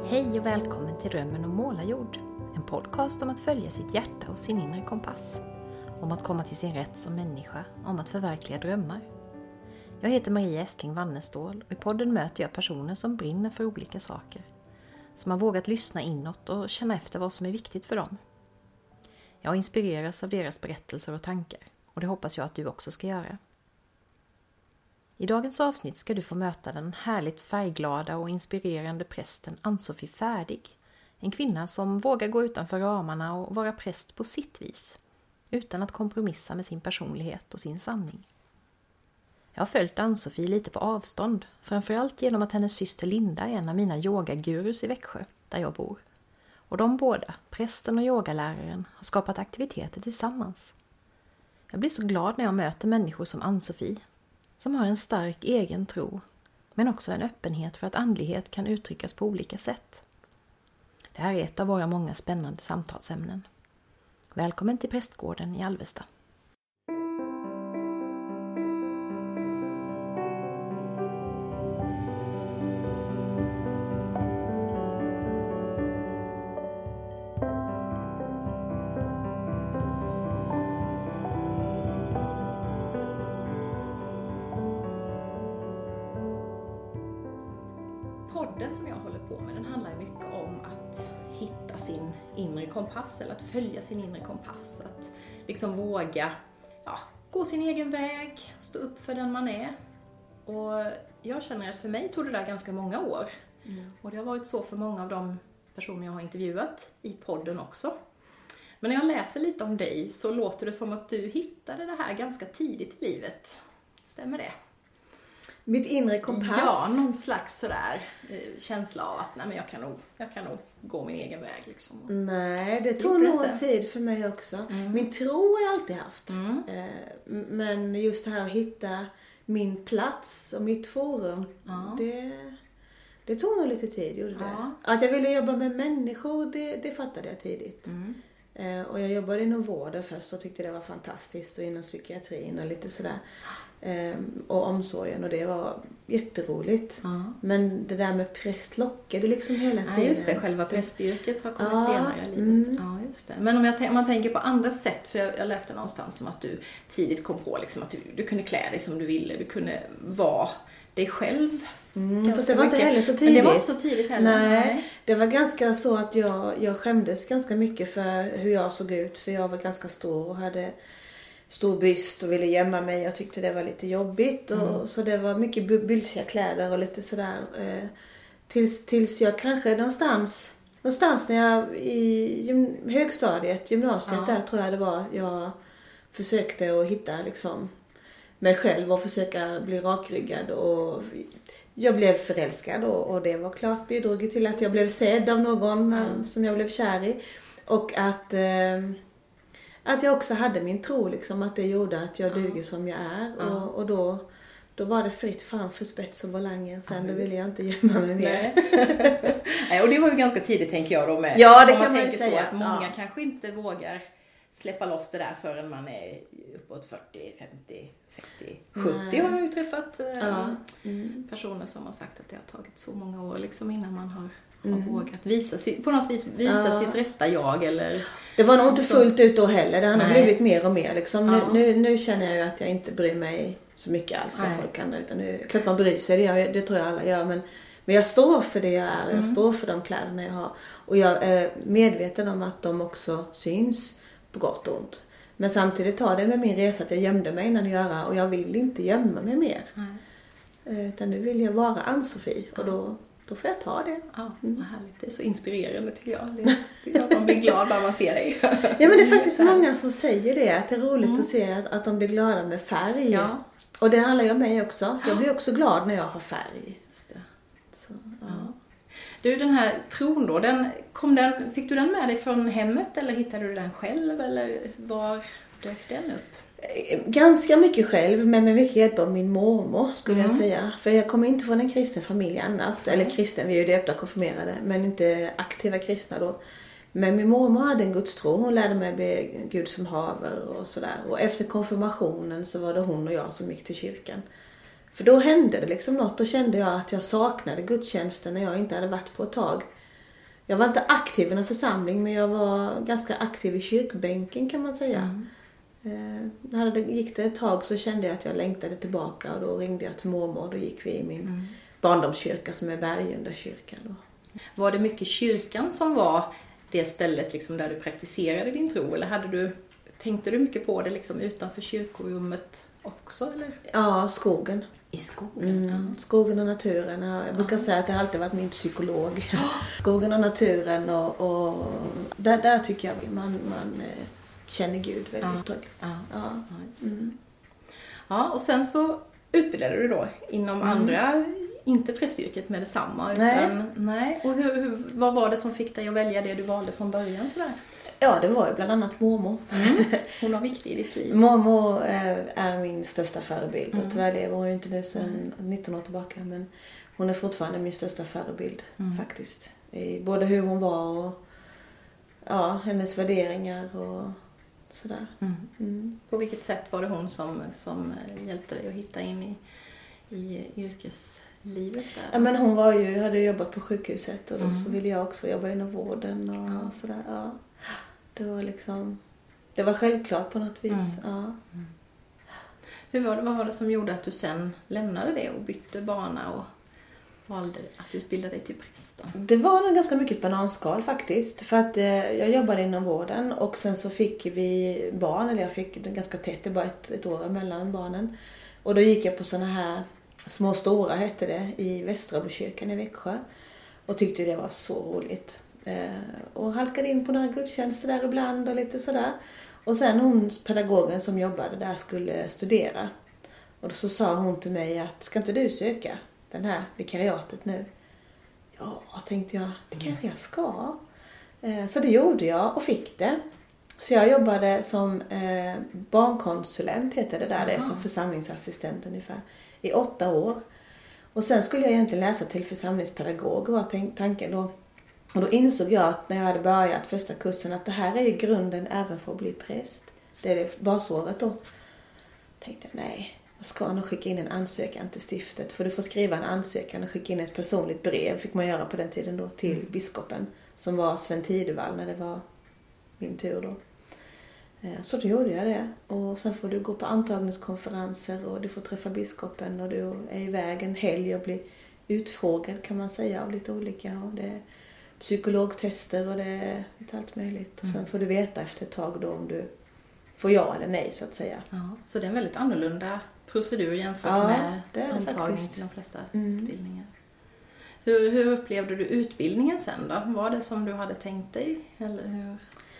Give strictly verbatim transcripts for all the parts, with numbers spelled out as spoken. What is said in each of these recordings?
Hej och välkommen till Drömmen om målarjord. En podcast om att följa sitt hjärta och sin inre kompass. Om att komma till sin rätt som människa, om att förverkliga drömmar. Jag heter Maria Estling Wannestål och i podden möter jag personer som brinner för olika saker. Som har vågat lyssna inåt och känna efter vad som är viktigt för dem. Jag inspireras av deras berättelser och tankar och det hoppas jag att du också ska göra. I dagens avsnitt ska du få möta den härligt färgglada och inspirerande prästen Ann-Sofie Färdig. En kvinna som vågar gå utanför ramarna och vara präst på sitt vis. Utan att kompromissa med sin personlighet och sin sanning. Jag har följt Ann-Sofie lite på avstånd. Framförallt genom att hennes syster Linda är en av mina yogagurus i Växjö, där jag bor. Och de båda, prästen och yogaläraren, har skapat aktiviteter tillsammans. Jag blir så glad när jag möter människor som Ann-Sofie. Som har en stark egen tro, men också en öppenhet för att andlighet kan uttryckas på olika sätt. Det här är ett av våra många spännande samtalsämnen. Välkommen till Prästgården i Alvesta. Podden som jag håller på med, den handlar mycket om att hitta sin inre kompass eller att följa sin inre kompass. Att liksom våga ja, gå sin egen väg, stå upp för den man är. Och jag känner att för mig tog det där ganska många år. Mm. Och det har varit så för många av de personer jag har intervjuat i podden också. Men när jag läser lite om dig så låter det som att du hittade det här ganska tidigt i livet. Stämmer det? Mitt inre kompass? Ja, någon slags sådär eh, känsla av att nej, men jag, kan nog, jag kan nog gå min egen väg. Liksom. Nej, det tog nog en tid för mig också. Mm. Min tro har jag alltid haft. Mm. Eh, men just det här att hitta min plats och mitt forum, ja. det, det tog nog lite tid. Gjorde det. Ja. Att jag ville jobba med människor, det, det fattade jag tidigt. Mm. Eh, och jag jobbade inom vården först och tyckte det var fantastiskt. Och inom psykiatrin och lite sådär. Um, och omsorgen och det var jätteroligt. Ja. Men det där med präst lockade liksom hela tiden. Ja, just det. Själva prästyrket har kommit ja, senare i livet. Mm. Ja, just det. Men om, jag, om man tänker på andra sätt, för jag, jag läste någonstans som att du tidigt kom på liksom, att du, du kunde klä dig som du ville. Du kunde vara dig själv. Mm, fast det var mycket. Inte heller så tidigt. Men det var inte så tidigt heller. Nej, Nej. Det var ganska så att jag, jag skämdes ganska mycket för hur jag såg ut. För jag var ganska stor och hade stor byst och ville gömma mig. Jag tyckte det var lite jobbigt. Och, mm. Så det var mycket bylsiga kläder och lite sådär. Eh, tills, tills jag kanske någonstans, någonstans när jag i gym, högstadiet, gymnasiet ja. Där tror jag det var. Jag försökte att hitta liksom mig själv och försöka bli rakryggad. Och jag blev förälskad och, och det var klart bidrog till att jag blev sedd av någon mm. som jag blev kär i. Och att... Eh, Att jag också hade min tro, liksom, att det gjorde att jag duger som jag är. Ja. Och, och då, då var det fritt fram för spets och volanger. Sen ja, då ville jag inte gömma mig mer. Nej. Och det var ju ganska tidigt, tänker jag då. Med, ja, det kan man, man ju säga. Så att många ja. kanske inte vågar släppa loss det där förrän man är uppåt fyrtio, femtio, sextio, sjuttio. Nej. Har jag ju träffat ja. mm. personer som har sagt att det har tagit så många år liksom, innan man har... Mm. Och vågat visa sitt, på något vis visa ja. Sitt rätta jag eller... Det var nog inte fullt ut då heller. Det har nog blivit mer och mer liksom. Ja. Nu, nu, nu känner jag ju att jag inte bryr mig så mycket alls vad folk kan. Utan nu, klart man bryr sig, det, jag, det tror jag alla gör. Men, men jag står för det jag är. Jag mm. står för de kläderna jag har. Och jag är medveten om att de också syns på gott och ont. Men samtidigt tar det med min resa att jag gömde mig innan att göra. Och jag vill inte gömma mig mer. Mm. Utan nu vill jag vara Ann-Sofie. Och då... Då får jag ta det. Ja, vad härligt. Det är så inspirerande tycker jag. Det, det är man blir glad när man ser dig. Ja, men det är faktiskt många som säger det. Att det är roligt mm. att se att, att de blir glada med färg. Ja. Och det handlar ju om mig också. Jag blir också glad när jag har färg. Just det. Så, ja. Ja. Du, den här tron då, den, kom den, fick du den med dig från hemmet eller hittade du den själv? Eller var dök den upp? Ganska mycket själv, men med mycket hjälp av min mormor skulle mm. jag säga. För jag kommer inte från en kristen familj annars. Mm. Eller kristen, vi är ju döpta och konfirmerade. Men inte aktiva kristna då. Men min mormor hade en gudstro. Hon lärde mig be Gud som haver och sådär. Och efter konfirmationen så var det hon och jag som gick till kyrkan. För då hände det liksom något. Då kände jag att jag saknade gudstjänsten när jag inte hade varit på ett tag. jag var inte aktiv i någon församling, men jag var ganska aktiv i kyrkbänken kan man säga. Mm. Eh, hade det, gick det ett tag så kände jag att jag längtade tillbaka och då ringde jag till mormor. Då gick vi i min mm. barndomskyrka som är Bergunda kyrka då. Var det mycket kyrkan som var det stället liksom där du praktiserade din tro? Eller hade du, tänkte du mycket på det liksom utanför kyrkorummet också? Eller? Ja, skogen. I skogen? Mm. Ja. Skogen och naturen. Ja, jag brukar ja. säga att det har alltid varit min psykolog. Ja. Skogen och naturen. Och, och där, där tycker jag man, man känner Gud väldigt. Ja. Ja. Ja. Mm. Ja, och sen så utbildade du då inom mm. andra... Inte prästyrket med detsamma. Utan, nej. nej. Och hur, hur, vad var det som fick dig att välja det du valde från början? Sådär? Ja, det var ju bland annat mormor. Mm. Hon var viktig i ditt liv. Mormor är, är min största förebild. Mm. Och tyvärr lever hon ju inte nu sedan mm. nitton år tillbaka. Men hon är fortfarande min största förebild mm. faktiskt. I både hur hon var och ja, hennes värderingar och sådär. Mm. Mm. På vilket sätt var det hon som, som hjälpte dig att hitta in i, i yrkes... livet där? Ja, men hon var ju, hade jobbat på sjukhuset och då mm. så ville jag också jobba inom vården och ja. sådär. Ja. Det var liksom, det var självklart på något vis. Mm. Ja. Mm. Hur var det, vad var det som gjorde att du sen lämnade det och bytte bana och valde att utbilda dig till präst? Det var nog ganska mycket bananskal faktiskt. För att eh, jag jobbade inom vården och sen så fick vi barn, eller jag fick det ganska tätt, det var ett, ett år mellan barnen. Och då gick jag på såna här Små stora hette det i Västrabokyrkan i Växjö. Och tyckte det var så roligt. Eh, och halkade in på några gudstjänster där ibland och lite sådär. Och sen hon, pedagogen som jobbade där, skulle studera. Och då så sa hon till mig att, ska inte du söka den här vikariatet nu? Ja, tänkte jag, det kanske jag ska. Eh, så det gjorde jag och fick det. Så jag jobbade som eh, barnkonsulent, heter det där, det är som församlingsassistent ungefär. I åtta år. Och sen skulle jag egentligen läsa till församlingspedagog, var tanken då. Och då insåg jag att när jag hade börjat första kursen att det här är ju grunden även för att bli präst. Det är det basåret då. Tänkte jag, nej, jag ska nog skicka in en ansökan till stiftet. För du får skriva en ansökan och skicka in ett personligt brev, fick man göra på den tiden då, till biskopen. Som var Sven Tidevall när det var min tur då. Så då gjorde jag det. Och sen får du gå på antagningskonferenser och du får träffa biskopen och du är iväg en helg och blir utfrågad kan man säga av lite olika. Och det är psykologtester och det är lite allt möjligt. Och sen får du veta efter ett tag då om du får ja eller nej så att säga. Ja, så det är en väldigt annorlunda procedur jämfört ja, med det är det antagning faktiskt. Till de flesta mm. utbildningar. Hur, hur upplevde du utbildningen sen då? Var det som du hade tänkt dig? Eller hur?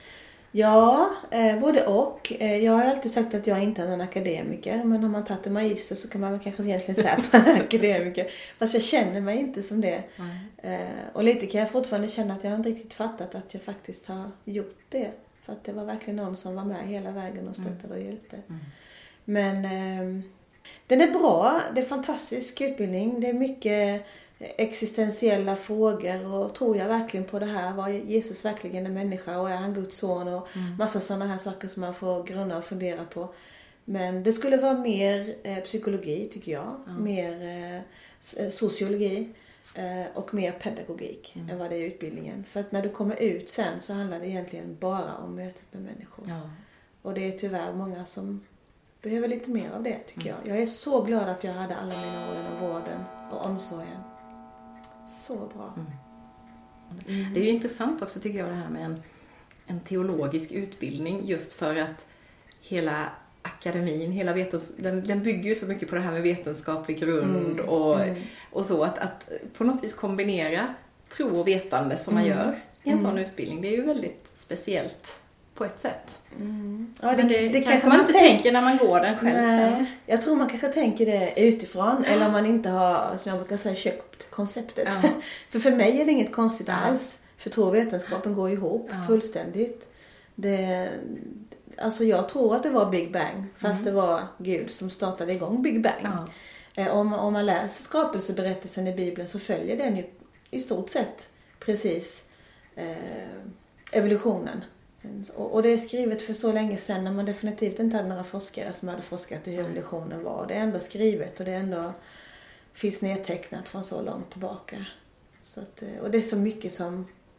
Ja, eh, både och. Eh, jag har alltid sagt att jag inte är en akademiker. Men om man tagit en magister så kan man väl kanske egentligen säga att man är akademiker. Fast jag känner mig inte som det. Mm. Eh, och lite kan jag fortfarande känna att jag inte riktigt fattat att jag faktiskt har gjort det. För att det var verkligen någon som var med hela vägen och stöttade och hjälpte. Mm. Men eh, den är bra. Det är en fantastisk utbildning. Det är mycket existentiella frågor och tror jag verkligen på det här, var Jesus verkligen en människa och är han Guds son och mm. massa sådana här saker som man får grunna och fundera på. Men det skulle vara mer eh, psykologi tycker jag, mm. mer eh, sociologi eh, och mer pedagogik mm. än vad det är i utbildningen. För att när du kommer ut sen så handlar det egentligen bara om mötet med människor. Ja. Och det är tyvärr många som behöver lite mer av det tycker mm. jag. Jag är så glad att jag hade alla mina år inom vården och omsorgen. Så bra. Mm. Mm. Det är ju intressant också tycker jag det här med en, en teologisk utbildning just för att hela akademin, hela vetens, den, den bygger ju så mycket på det här med vetenskaplig grund mm. Och, mm. och så att, att på något vis kombinera tro och vetande som man mm. gör i en mm. sån utbildning. Det är ju väldigt speciellt på ett sätt. Mm. Ja, det, Men det, det kanske, kanske man inte tänk... tänker när man går den själv. Nej, sen. Jag tror man kanske tänker det utifrån eller om man inte har, som jag brukar säga, köpt konceptet. Ja. För för mig är det inget konstigt ja. alls. För tro och vetenskapen går ihop ja. fullständigt. Det, alltså jag tror att det var Big Bang fast mm. det var Gud som startade igång Big Bang. Ja. Om, om man läser skapelseberättelsen i Bibeln så följer den ju i stort sett precis eh, evolutionen. Och det är skrivet för så länge sedan när man definitivt inte hade några forskare som hade forskat i hur evolutionen var. Det är ändå skrivet och det är ändå finns nedtecknat från så långt tillbaka. Så att, och det är så mycket som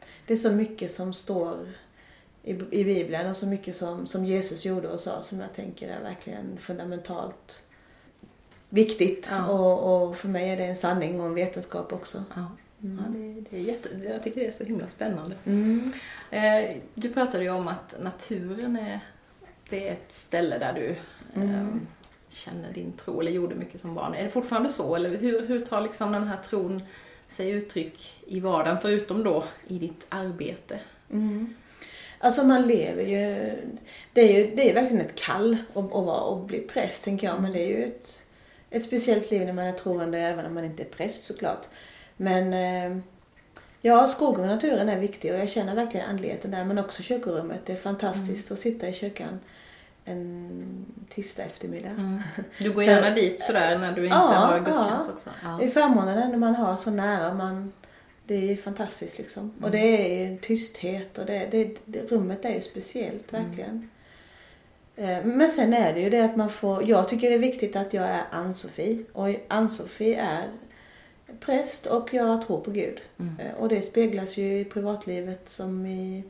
det är så mycket som står i, i Bibeln och så mycket som, som Jesus gjorde och sa som jag tänker är verkligen fundamentalt viktigt. Ja. Och, och för mig är det en sanning och en vetenskap också. Ja. Mm. Ja, det, det är jätte, jag tycker det är så himla spännande. Mm. Eh, du pratade ju om att naturen är, det är ett ställe där du mm. eh, känner din tro eller gjorde mycket som barn. Är det fortfarande så? Eller hur, hur tar liksom den här tron sig uttryck i vardagen förutom då i ditt arbete? Mm. Alltså man lever ju, det är ju det är verkligen ett kall att, att, vara, att bli präst tänker jag. Men det är ju ett, ett speciellt liv när man är troende även om man inte är präst såklart. Men ja, skogen och naturen är viktig och jag känner verkligen andligheten där. Men också kyrkorummet. Det är fantastiskt mm. att sitta i kyrkan en tisdag eftermiddag. Mm. Du går gärna dit sådär när du inte ja, har gudstjänst ja. också. Ja. Det är förmånen när man har så nära. Man, det är fantastiskt liksom. Mm. Och det är en tysthet och det, det, det, rummet är ju speciellt verkligen. Mm. Men sen är det ju det att man får, jag tycker det är viktigt att jag är Ann-Sofie. Och Ann-Sofie är präst och jag tror på Gud. Mm. Och det speglas ju i privatlivet som i,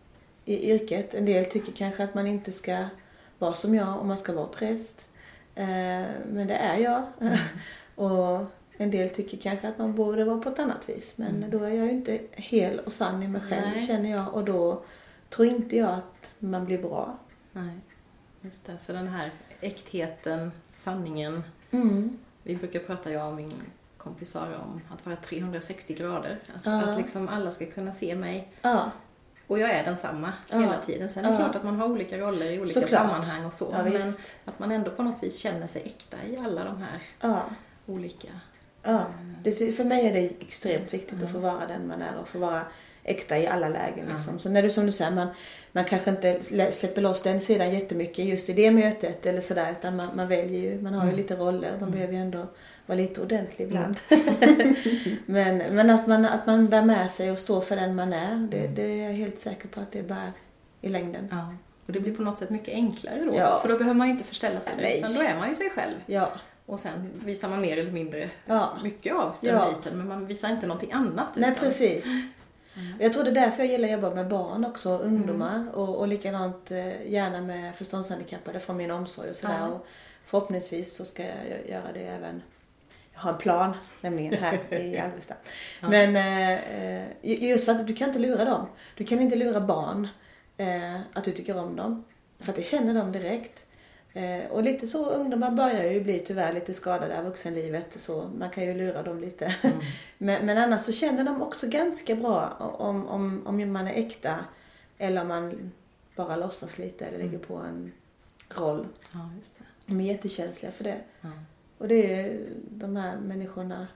i yrket. En del tycker kanske att man inte ska vara som jag om man ska vara präst. Men det är jag. Mm. Och en del tycker kanske att man borde vara på ett annat vis. Men mm. då är jag ju inte hel och sann i mig själv. Nej. Känner jag. Och då tror inte jag att man blir bra. Nej, just det. Så den här äktheten, sanningen. Mm. Vi brukar prata, jag och min kompisar, om att vara trehundrasextio grader. Att, ja. att liksom alla ska kunna se mig. Ja. Och jag är densamma ja. hela tiden. Sen är det ja. klart att man har olika roller i olika Såklart. sammanhang och så. Ja, men att man ändå på något vis känner sig äkta i alla de här ja. olika... Ja, det, för mig är det extremt viktigt mm. att få vara den man är och få vara äkta i alla lägen. Liksom. Mm. Så när du som du säger, man, man kanske inte släpper loss den sidan jättemycket just i det mötet eller sådär, utan man, man väljer ju, man har ju mm. lite roller, man mm. behöver ju ändå vara lite ordentlig ibland. Mm. men men att, man, att man bär med sig och står för den man är, det, det är jag helt säker på att det bär i längden. Ja. Och det blir på något sätt mycket enklare då, ja. för då behöver man ju inte förställa sig, Nej. utan då är man ju sig själv. Ja. Och sen visar man mer eller mindre ja. mycket av den ja. biten. Men man visar inte någonting annat. Nej, utan... precis. Mm. Jag tror det är därför jag gillar att jobba med barn också. Ungdomar. Mm. Och, och likadant gärna med förståndshandikappade från min omsorg och sådär. Ja. Och förhoppningsvis så ska jag göra det även. Jag har en plan nämligen här i Alvesta. Ja. Men eh, just för att du kan inte lura dem. Du kan inte lura barn eh, att du tycker om dem. För att det känner de direkt. Och lite så, ungdomar börjar ju bli tyvärr lite skadade av vuxenlivet, så man kan ju lura dem lite. Mm. men, men annars så känner de också ganska bra om, om, om man är äkta eller om man bara låtsas lite eller lägger på en roll. Ja, just det. De är jättekänsliga för det. Ja. Och det är de här människorna,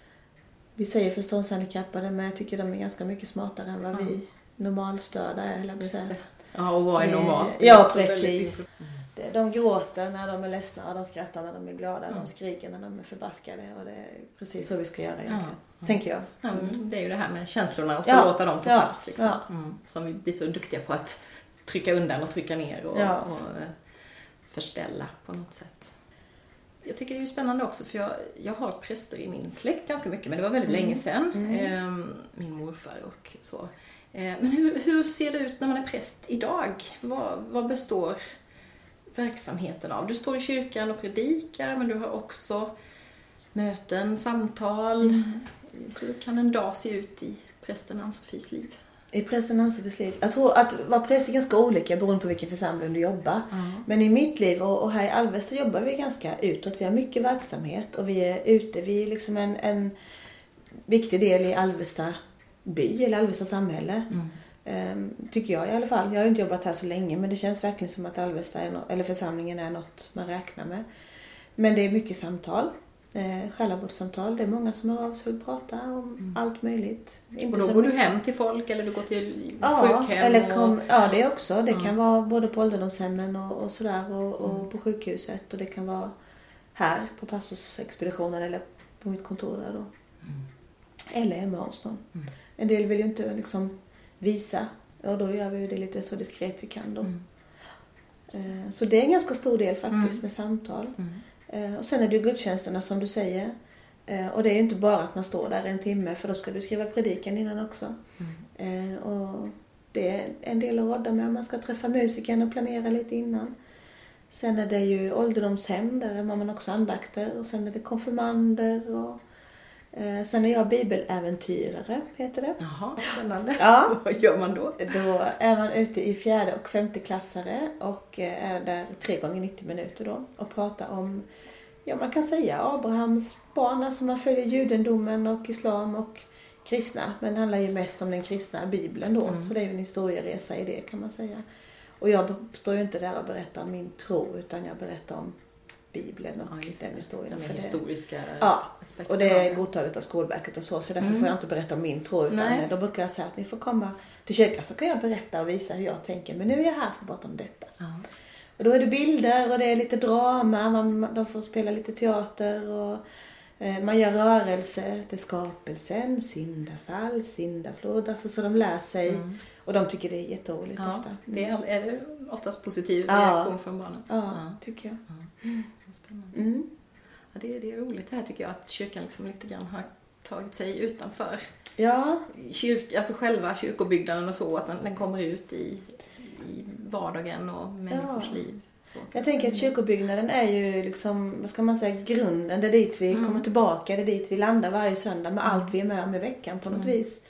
vi säger förståndshandikappade, men jag tycker de är ganska mycket smartare än vad ja. vi normalstörda är. Eller just det. Ja, och vad är normalt? Ja, precis. De gråter när de är ledsna och de skrattar när de är glada. Mm. De skriker när de är förbaskade. Och det är precis så vi ska göra egentligen. Ja, tänker jag. Ja, det är ju det här med känslorna och få ja. låta dem ta ja. plats. Liksom. Ja. Mm. Som vi blir så duktiga på att trycka undan och trycka ner och, ja. och förställa på något sätt. Jag tycker det är ju spännande också, för jag, jag har präster i min släkt ganska mycket, men det var väldigt mm. länge sedan. Mm. Min morfar och så. Men hur, hur ser det ut när man är präst idag? Vad, vad består verksamheten av? Du står i kyrkan och predikar, men du har också möten, samtal. Mm. Hur kan en dag se ut i prästen Ann-Sofies liv? I prästen Ann-Sofies liv? Jag tror att vara präst är ganska olika beroende på vilken församling du jobbar. Mm. Men i mitt liv och, och här i Alvesta jobbar vi ganska utåt. Vi har mycket verksamhet och vi är ute. Vi är liksom en, en viktig del i Alvesta by eller Alvesta samhälle. Mm. Um, tycker jag i alla fall. Jag har inte jobbat här så länge, men det känns verkligen som att Alvesta är no- eller församlingen är något man räknar med. Men det är mycket samtal. Eh, själavårdssamtal. Det är många som har av sig att prata om mm. allt möjligt. Inte och då går mycket. Du hem till folk eller du går till ja, sjukhem? Eller kom, och... Ja, det också. Det mm. kan vara både på ålderdomshemmen och, och sådär och, och mm. på sjukhuset. Och det kan vara här på pastorsexpeditionen eller på mitt kontor där då. Mm. Eller hemma hos någon. Mm. En del vill ju inte liksom visa. Och då gör vi det lite så diskret vi kan då. Mm. Så det är en ganska stor del faktiskt mm. med samtal. Mm. Och sen är det ju gudstjänsterna som du säger. Eh, och det är ju inte bara att man står där en timme, för då ska du skriva predikan innan också. Mm. Eh, och det är en del att råda med. Man ska träffa musiken och planera lite innan. Sen är det ju ålderdomshem, där har man också andakter. Och sen är det konfirmander och eh, sen är jag bibeläventyrare, heter det. Jaha, spännande. Ja. Vad gör man då? Då är man ute i fjärde och femte klassare och är där tre gånger nittio minuter då. Och pratar om, ja man kan säga Abrahams barn, alltså man följer judendomen och islam och kristna. Men det handlar ju mest om den kristna bibeln då. Mm. Så det är ju en historieresa i det, kan man säga. Och jag står ju inte där och berättar om min tro, utan jag berättar om Bibeln och ja, den historien. De för historiska det. Ja, och det är godtaget av Skolverket och så. Så därför mm. får jag inte berätta om min tro. Utan Nej. Då brukar jag säga att ni får komma till kyrkan, så kan jag berätta och visa hur jag tänker. Men nu är jag här för att prata om detta. Ja. Och då är det bilder och det är lite drama. Man, de får spela lite teater och eh, man gör rörelse. Det är skapelsen, syndafall, syndaflod. Alltså, så de lär sig. Mm. Och de tycker det är jätteroligt ja, ofta. Det är, är det oftast positiv reaktion ja. från barnen. Ja, ja, tycker jag. Ja. Mm. Spännande. Mm. Ja, det, är, det är roligt här tycker jag, att kyrkan liksom lite grann har tagit sig utanför. Ja. Kyrk, alltså själva kyrkobyggnaden och så, att den, den kommer ut i, i vardagen och människors ja. liv. Så. Jag tänker att kyrkobyggnaden är ju liksom, vad ska man säga, grunden. Det är dit vi mm. kommer tillbaka, det är dit vi landar varje söndag med allt vi är med om i veckan på något mm. vis.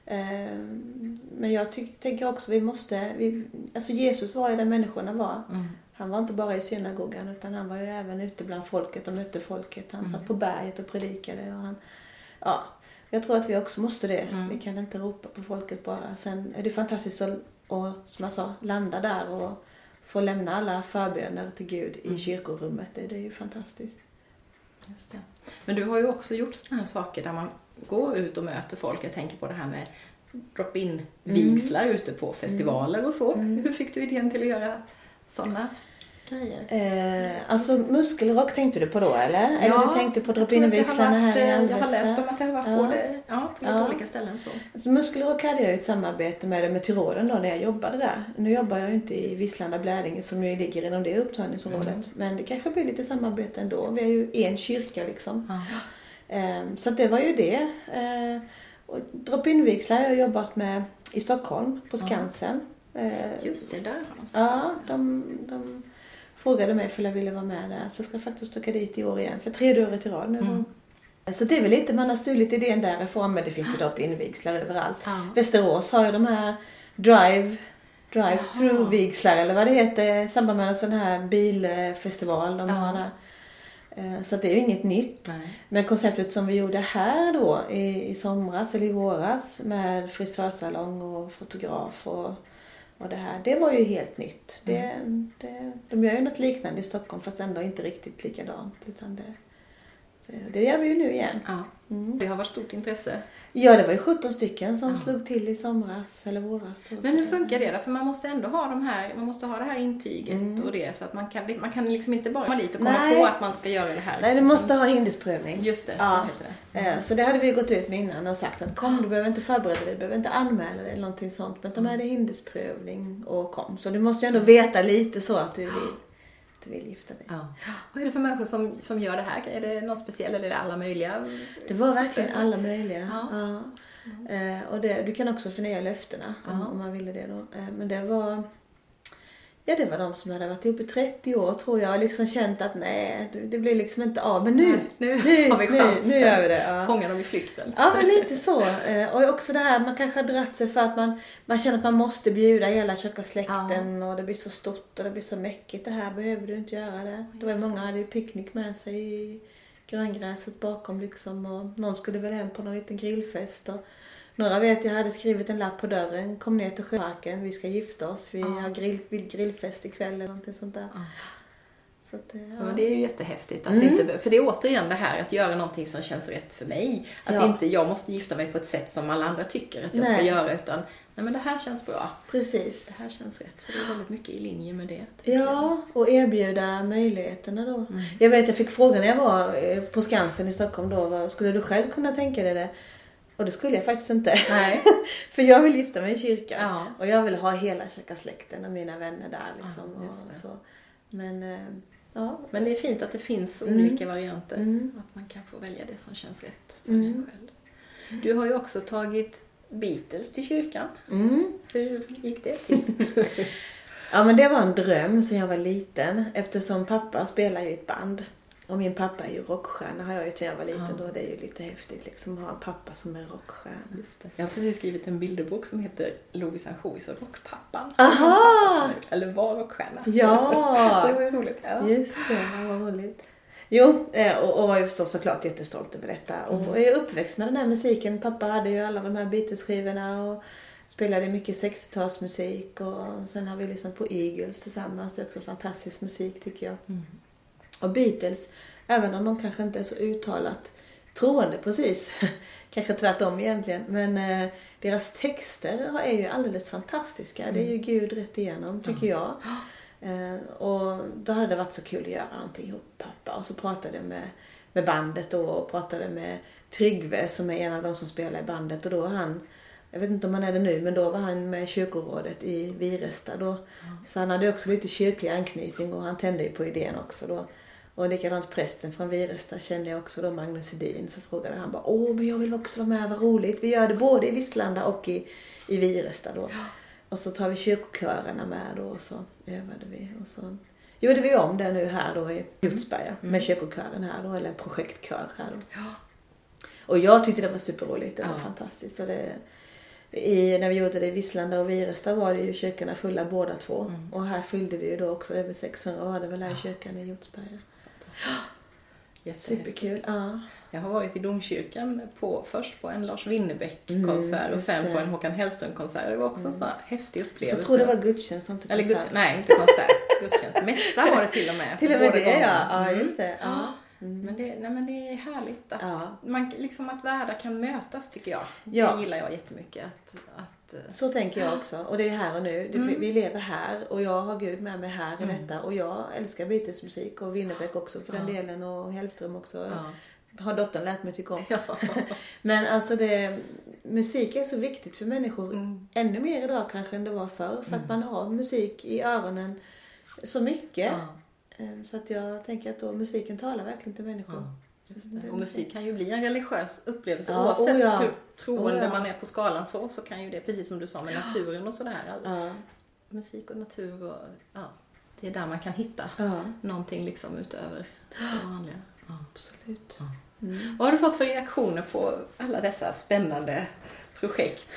Men jag ty- tänker också vi måste, vi, alltså Jesus var ju där människorna var. Mm. Han var inte bara i synagogan, utan han var ju även ute bland folket och mötte folket. Han mm. satt på berget och predikade. Och han, ja, jag tror att vi också måste det. Mm. Vi kan inte ropa på folket bara. Sen är det fantastiskt att, och, som jag sa, landa där och få lämna alla förböner till Gud mm. i kyrkorummet. Det, det är ju fantastiskt. Just det. Men du har ju också gjort sådana här saker där man går ut och möter folk. Jag tänker på det här med drop-in-vigslar mm. ute på festivaler och så. Mm. Hur fick du idén till att göra sådana grejer? Eh, alltså muskelrock tänkte du på då, eller? Ja, eller du tänkte på drop-in-vigslarna här i Alvesta? Jag har läst om att det har varit ja. på, det, ja, på ja. olika ställen. Så. Alltså, muskelrock hade jag ett samarbete med, med Tyrolen då när jag jobbade där. Nu jobbar jag ju inte i Visslanda Blädinge som ju ligger inom det upptagningsområdet. Mm. Men det kanske blir lite samarbete ändå. Vi är ju en kyrka liksom. Mm. Eh, så det var ju det. Eh, och drop-in-vigslar har jag jobbat med i Stockholm på Skansen. Eh, Just det, där. Ja, de... de frågade mig för jag ville vara med där. Så jag ska faktiskt åka dit i år igen. För tredje året i rad nu. Mm. Så det är väl lite, man har stulit idén därifrån. Men det finns ju drop-in-vigslar överallt. Ja. Västerås har ju de här drive, drive-through-vigslar. Eller vad det heter. I samband med en sån här bilfestival. De ja. har där. Så det är ju inget nytt. Nej. Men konceptet som vi gjorde här då i, i somras eller i våras. Med frisörsalong och fotograf och... Och det här, det var ju helt nytt. Det, mm. det, de gör ju något liknande i Stockholm fast ändå inte riktigt likadant. Utan det, det, det gör vi ju nu igen. Ja. Mm. Det har varit stort intresse. Ja, det var ju sjutton stycken som ja. slog till i somras eller våras. Men hur funkar det då? För man måste ändå ha de här, man måste ha det här intyget mm. och det. Så att man kan, man kan liksom inte bara komma dit och komma Nej. på att man ska göra det här. Nej, du måste ha hindesprövning. Just det, ja. så heter det. Mm. Så det hade vi gått ut med innan och sagt att kom, du behöver inte förbereda dig, du behöver inte anmäla dig eller någonting sånt. Men de hade hindesprövning och kom. Så du måste ju ändå veta lite så att du vill. Du vill gifta dig. Ja. Vad är det för människor som, som gör det här? Är det någon speciell eller är det alla möjliga? Det var verkligen alla möjliga. Ja. Ja. Eh, och det, du kan också förnya löftena om, om man ville det då. Eh, men det var ja, det var de som hade varit ihop i trettio år tror jag. Och liksom känt att nej, det blir liksom inte av. Men nu, nu, nu har vi chans. Nu, nu gör vi det. Ja. Fånga dem i flykten. Ja, men lite så. Eh, och också det här, man kanske har dratt sig för att man, man känner att man måste bjuda hela tjocka släkten. Ja. Och det blir så stort och det blir så mäckigt. Det här behöver du inte göra det. Det var många hade ju picknick med sig i gröngräset bakom liksom. Och någon skulle väl hem på någon liten grillfest. Och några vet jag hade skrivit en lapp på dörren. Kom ner till sjöparken, vi ska gifta oss. Vi ja. har grill, grillfest ikväll eller någonting sånt där. Ja. Så att, ja. Ja, men det är ju jättehäftigt. Att mm. inte, för det är återigen det här att göra någonting som känns rätt för mig. Att ja. inte jag måste gifta mig på ett sätt som alla andra tycker att jag nej. ska göra. Utan nej, men det här känns bra. Precis. Det här känns rätt. Så det är väldigt mycket i linje med det. Ja, och erbjuda möjligheterna då. Mm. Jag vet, jag fick frågan när jag var på Skansen i Stockholm då. Vad, skulle du själv kunna tänka dig det? Och det skulle jag faktiskt inte. Nej. För jag vill gifta mig i kyrkan. Ja. Och jag vill ha hela kyrkasläkten och mina vänner där. Liksom, ja, och så. Men ja. Men det är fint att det finns Mm. olika varianter. Mm. Att man kan få välja det som känns rätt för Mm. en själv. Du har ju också tagit Beatles till kyrkan. Mm. Hur gick det till? Ja, men det var en dröm sedan jag var liten. Eftersom pappa spelar ju i ett band. Och min pappa är ju rockstjärna, har jag ju sedan jag var liten. Ja. Då det är ju lite häftigt liksom att ha en pappa som är rockstjärna. Just det. Jag har precis skrivit en bilderbok som heter Lovis Ansjovis och rockpappan. Aha! Eller var rockstjärna. Ja! Så det var roligt. Ja. Just det, vad roligt. Jo, och, och var ju förstås såklart jättestolt över detta. Mm. Och jag är uppväxt med den här musiken. Pappa hade ju alla de här Beatles-skivorna och spelade mycket sextiotalsmusik. Och sen har vi lyssnat på Eagles tillsammans. Det är också fantastisk musik tycker jag. Mm. Och Beatles, även om de kanske inte är så uttalat troende precis. Kanske tvärtom egentligen. Men eh, deras texter är ju alldeles fantastiska. Mm. Det är ju Gud rätt igenom tycker jag. Eh, och då hade det varit så kul att göra någonting ihop pappa. Och så pratade jag med, med bandet då, och pratade med Tryggve som är en av de som spelar i bandet. Och då var han, jag vet inte om han är det nu, men då var han med kyrkorådet i Viresta då. Mm. Så han hade också lite kyrklig anknytning och han tände ju på idén också då. Och likadant prästen från Viresta kände jag också då, Magnus Hedin. Så frågade han bara, åh men jag vill också vara med, vad roligt. Vi gör det både i Visslanda och i, i Viresta då. Ja. Och så tar vi kyrkokörerna med då och så övade vi. Och så gjorde vi om det nu här då i Hjortsberga mm. med kyrkokören här då, eller en projektkör här då. Ja. Och jag tyckte det var superroligt, det var ja. fantastiskt. Och det, i, när vi gjorde det i Visslanda och Viresta var det ju kyrkorna fulla båda två. Mm. Och här fyllde vi ju då också över sexhundra var det väl här i kyrkan i Hjortsberga. Superkul, ja. Jag har varit i domkyrkan på, först på en Lars Winnerbäck-konsert mm, och sen det. på en Håkan Hellström-konsert. Det var också mm. en sån här häftig upplevelse. Så jag tror det var gudstjänst, inte Eller gudstjänst. Nej, inte konsert. Gudstjänst. Mässa var det till och med. Till och med det, gånger. ja. Ja, just det. Ja. Mm. Men, det, nej, men det är härligt att, ja. man, liksom att världar kan mötas tycker jag. Ja. Det gillar jag jättemycket. Att, att, så tänker jag också. Och det är här och nu. Mm. Vi lever här och jag har Gud med mig här mm. i detta. Och jag älskar Beatles musik och Winnerbäck också för ja. den delen och Hellström också. Ja. Har dottern lärt mig tycka om. Ja. Men alltså det, musik är så viktigt för människor. Mm. Ännu mer idag kanske än det var förr. För mm. att man har musik i öronen så mycket. Ja. Så att jag tänker att då musiken talar verkligen till människor. Ja, just det. Och musik kan ju bli en religiös upplevelse. Ja, oavsett oh ja. hur troende oh ja. man är på skalan så, så kan ju det, precis som du sa med naturen och sådär. Ja. Musik och natur och ja, det är där man kan hitta ja. någonting liksom utöver det vanliga. Ja. Absolut. Ja. Mm. Vad har du fått för reaktioner på alla dessa spännande projekt?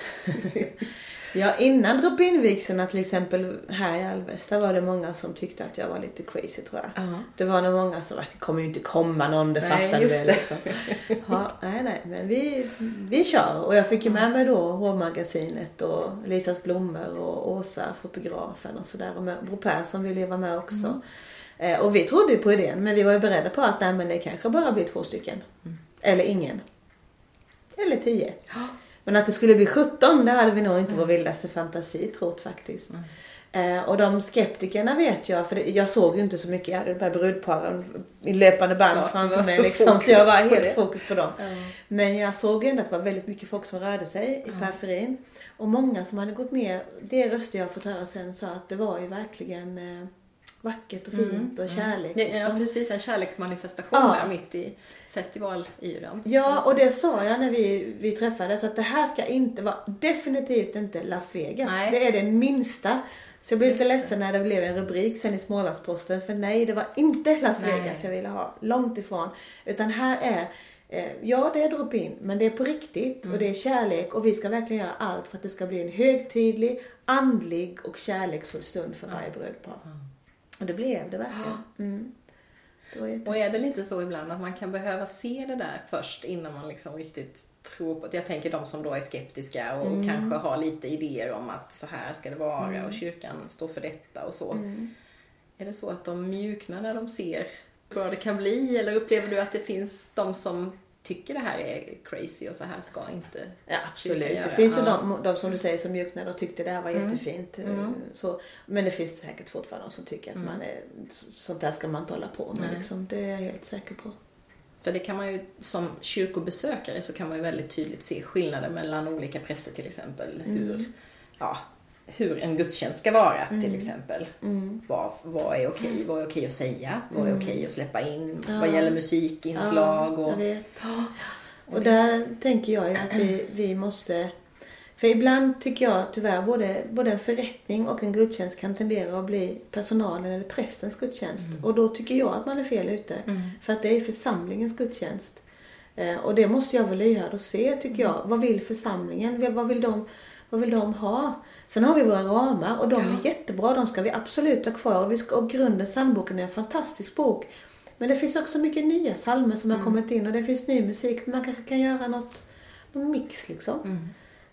Ja, innan drop-in-vigseln till exempel här i Alvesta var det många som tyckte att jag var lite crazy tror jag. Uh-huh. Det var nog många som att det kommer ju inte komma någon, det fattar du väl. Liksom. Ja, nej, nej, men vi, vi kör. Och jag fick ju med mig då H-magasinet och Lisas blommor och Åsa, fotografen och sådär. Och Bro Persson ville ju vara med också. Mm. Eh, och vi trodde ju på idén, men vi var ju beredda på att nej, men det kanske bara blir två stycken. Mm. Eller ingen. Eller tio. Ja. Men att det skulle bli sjutton, det hade vi nog inte mm. vår vildaste fantasi trott faktiskt. Mm. Eh, och de skeptikerna vet jag, för det, jag såg ju inte så mycket, jag hade de här brudparen i löpande band ja, framför mig liksom, så jag var helt fokus på dem. Mm. Men jag såg ändå att det var väldigt mycket folk som rörde sig i periferin. Och många som hade gått ner, det röster jag fått höra sen, sa att det var ju verkligen eh, vackert och fint mm. och kärlek. Mm. Ja, precis, en kärleksmanifestation ja. där mitt i festivalyran. Ja, och det sa jag när vi, vi träffades, att det här ska inte vara, definitivt inte Las Vegas. Nej. Det är det minsta. Så jag blev lite ledsen när det blev en rubrik sen i Smålandsposten, för nej, det var inte Las Vegas nej. jag ville ha, långt ifrån. Utan här är, eh, ja det är drop-in, men det är på riktigt mm. och det är kärlek och vi ska verkligen göra allt för att det ska bli en högtidlig, andlig och kärleksfull stund för varje brödpar. Mm. Och det blev det verkligen. Mm. Och är det lite så ibland att man kan behöva se det där först innan man liksom riktigt tror på det? Jag tänker de som då är skeptiska och mm. kanske har lite idéer om att så här ska det vara mm. och kyrkan står för detta och så. Mm. Är det så att de mjuknar när de ser vad det kan bli, eller upplever du att det finns de som tycker det här är crazy och så här ska inte ja, absolut. Det finns ju ja. de, de som du säger som mjuknade och tyckte det här var mm. jättefint. Mm. Så, men det finns säkert fortfarande de som tycker att mm. man är, sånt där ska man inte hålla på med. Liksom, det är jag helt säker på. För det kan man ju, som kyrkobesökare så kan man ju väldigt tydligt se skillnader mellan olika präster till exempel. Mm. Hur, ja, hur en gudstjänst ska vara mm. till exempel. Mm. Vad, vad är okej? Vad är okej att säga? Vad är Mm. okej att släppa in? Ja. Vad gäller musikinslag? Ja, och... jag vet. Och där tänker jag ju att vi, vi måste... För ibland tycker jag tyvärr både, både en förrättning och en gudstjänst kan tendera att bli personalen eller prästens gudstjänst. Mm. Och då tycker jag att man är fel ute. Mm. För att det är församlingens gudstjänst. Eh, och det måste jag väl lyhörd och se tycker jag. Vad vill församlingen? Vad vill de, vad vill de ha? Sen har vi våra ramar och de är ja. jättebra. De ska vi absolut ha kvar. Och, vi ska, och grunden psalmboken är en fantastisk bok. Men det finns också mycket nya psalmer som mm. har kommit in. Och det finns ny musik. Man kanske kan göra något, någon mix liksom. Mm.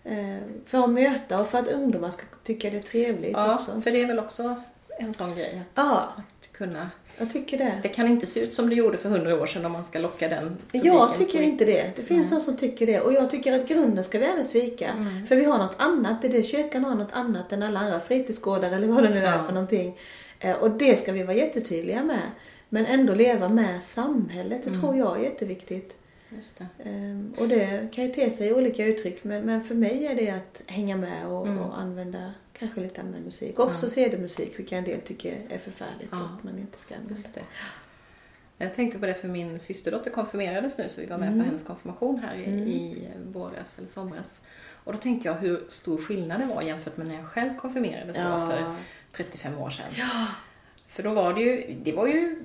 För att möta och för att ungdomar ska tycka det är trevligt ja, också. Ja, för det är väl också en sån grej. Att, ja, att kunna... Jag tycker det. Det kan inte se ut som det gjorde för hundra år sedan om man ska locka den publiken. Jag tycker inte det. Det finns någon som tycker det. Och jag tycker att grunden ska vi även svika. Mm. För vi har något annat. Det är det kyrkan har något annat än alla andra fritidsgårdar eller vad det nu är ja. för någonting. Och det ska vi vara jättetydliga med. Men ändå leva med samhället. Det mm. tror jag är jätteviktigt. Just det. Um, och det kan ju te sig i olika uttryck. Men, men för mig är det att hänga med och, mm. och använda kanske lite annan musik. Också ja. C D-musik, vilket en del tycker är förfärligt. Ja. Att man inte ska använda. Just det. Jag tänkte på det för min systerdotter konfirmerades nu. Så vi var med mm. på hennes konfirmation här i, mm. i våras eller somras. Och då tänkte jag hur stor skillnad det var jämfört med när jag själv konfirmerades ja. då för trettiofem år sedan. Ja. För då var det ju, det var ju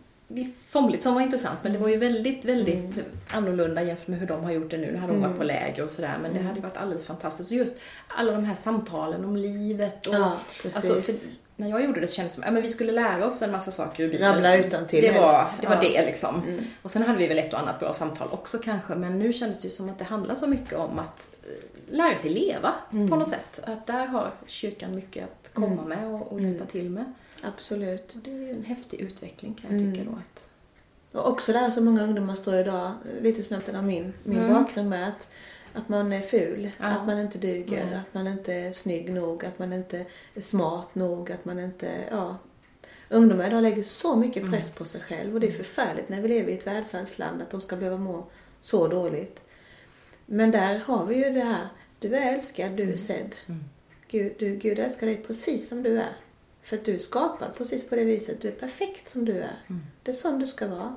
visst somligt som var intressant, men det var ju väldigt, väldigt mm. annorlunda jämfört med hur de har gjort det nu. Nu hade de mm. varit på läger och sådär, men mm. det hade varit alldeles fantastiskt. Och just alla de här samtalen om livet. Och, ja, precis. Alltså, när jag gjorde det så kändes det som att ja, vi skulle lära oss en massa saker ur Bibeln. Rabbla utan till det var, det var ja. det liksom. Mm. Och sen hade vi väl ett och annat bra samtal också kanske, men nu kändes det ju som att det handlar så mycket om att lära sig leva mm. på något sätt. Att där har kyrkan mycket att komma mm. med och, och hjälpa mm. till med. Absolut. Och det är ju en häftig utveckling kan jag tycka mm. då att... Och också där som många ungdomar står idag, lite som jag min, min mm. bakgrund med att, att man är ful, ja. att man inte duger, mm. att man inte är snygg nog, att man inte är smart nog, att man inte, ja. Ungdomar idag lägger så mycket press mm. på sig själv och det är förfärligt när vi lever i ett välfärdsland att de ska behöva må så dåligt. Men där har vi ju det här, du är älskad, du är sedd. Mm. Gud, du, Gud älskar dig precis som du är. För att du är skapad precis på det viset. Du är perfekt som du är. Mm. Det är sån du ska vara.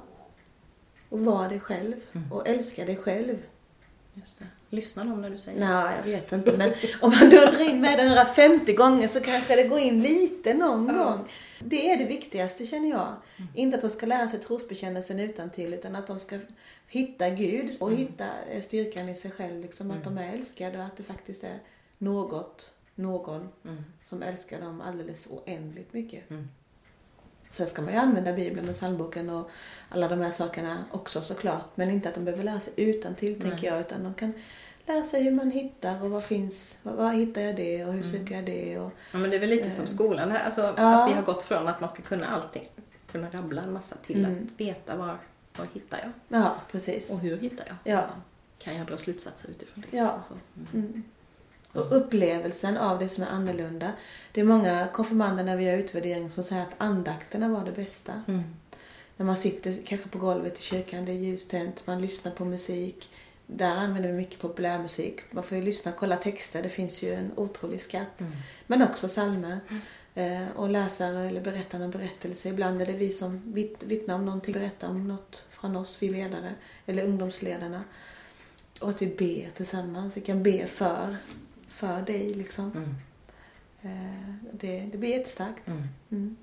Och vara dig själv. Mm. Och älska dig själv. Just det. Lyssnar de när du säger Nej, jag vet inte. Men om man drar in med den hundrafemtio gånger så kanske det går in lite någon mm. gång. Det är det viktigaste känner jag. Mm. Inte att de ska lära sig trosbekännelsen utan till. Utan att de ska hitta Gud. Och mm. hitta styrkan i sig själv. Liksom, mm. att de är älskade och att det faktiskt är något. Någon mm. som älskar dem alldeles oändligt mycket. Mm. Sen ska man ju använda Bibeln och psalmboken och alla de här sakerna också såklart. Men inte att de behöver lära sig utan till tänker jag. Utan de kan lära sig hur man hittar och vad finns, vad, vad hittar jag det och hur mm. söker jag det. Och, ja men det är väl lite äh, som skolan här. Alltså ja. att vi har gått från att man ska kunna allting. Kunna rabbla en massa till mm. att veta var, var hittar jag. Ja precis. Och hur hittar jag. Ja. Kan jag dra slutsatser utifrån det. Ja. Alltså, mm. Mm. Och upplevelsen av det som är annorlunda. Det är många konfirmander när vi gör utvärdering som säger att andakterna var det bästa. Mm. När man sitter kanske på golvet i kyrkan, det är ljustänt, man lyssnar på musik. Där använder vi mycket populärmusik. Man får ju lyssna och kolla texter, det finns ju en otrolig skatt. Mm. Men också psalmer. Mm. Eh, och läsare eller berättar en berättelse. Ibland är det vi som vitt, vittnar om någonting, berättar om något från oss, vi ledare. Eller ungdomsledarna. Och att vi ber tillsammans, vi kan be för... för dig liksom. Mm. Eh, det, det blir jättestarkt. Mm. Mm.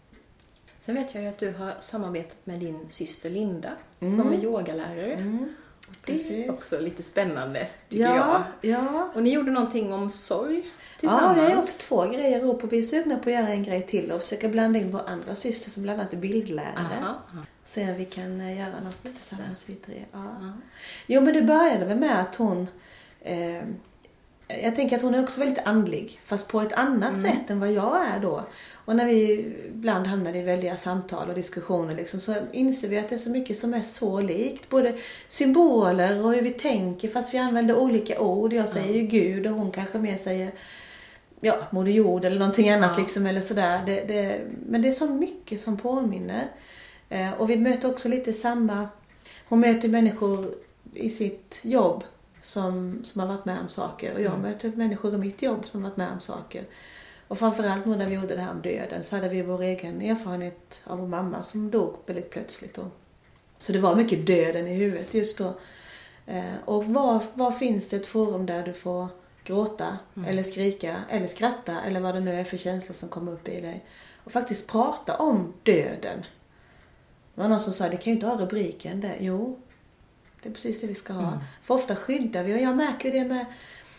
Sen vet jag ju att du har samarbetat med din syster Linda mm. som är yogalärare. Mm. Det är också lite spännande tycker ja, jag. Ja. Och ni gjorde någonting om sorg tillsammans. Ja, vi har gjort två grejer och på vi är sugna på att göra en grej till och försöka blanda in vår andra syster som bland annat är bildlärare. Aha. Se om vi kan göra något tillsammans vi tre. Ja. Jo, men det började väl med att hon eh, jag tänker att hon är också väldigt andlig. Fast på ett annat mm. sätt än vad jag är då. Och när vi ibland hamnar i väldiga samtal och diskussioner liksom, så inser vi att det är så mycket som är så likt. Både symboler och hur vi tänker. Fast vi använder olika ord. Jag säger ju Gud och hon kanske mer säger ja, Moder Jord eller någonting annat. Ja. Liksom, eller sådär. Det, det, men det är så mycket som påminner. Eh, och vi möter också lite samma... Hon möter människor i sitt jobb. som, som har varit med om saker. Och jag mm. möter människor i mitt jobb som har varit med om saker. Och framförallt nu när vi gjorde det här om döden så hade vi vår egen erfarenhet av vår mamma som dog väldigt plötsligt då. Så det var mycket döden i huvudet just då. Eh, och var, var finns det ett forum där du får gråta mm. eller skrika eller skratta eller vad det nu är för känslor som kommer upp i dig. Och faktiskt prata om döden. Det var någon som sa, det kan ju inte ha rubriken där. Jo, det är precis det vi ska ha. Mm. För ofta skyddar vi och jag märker det med,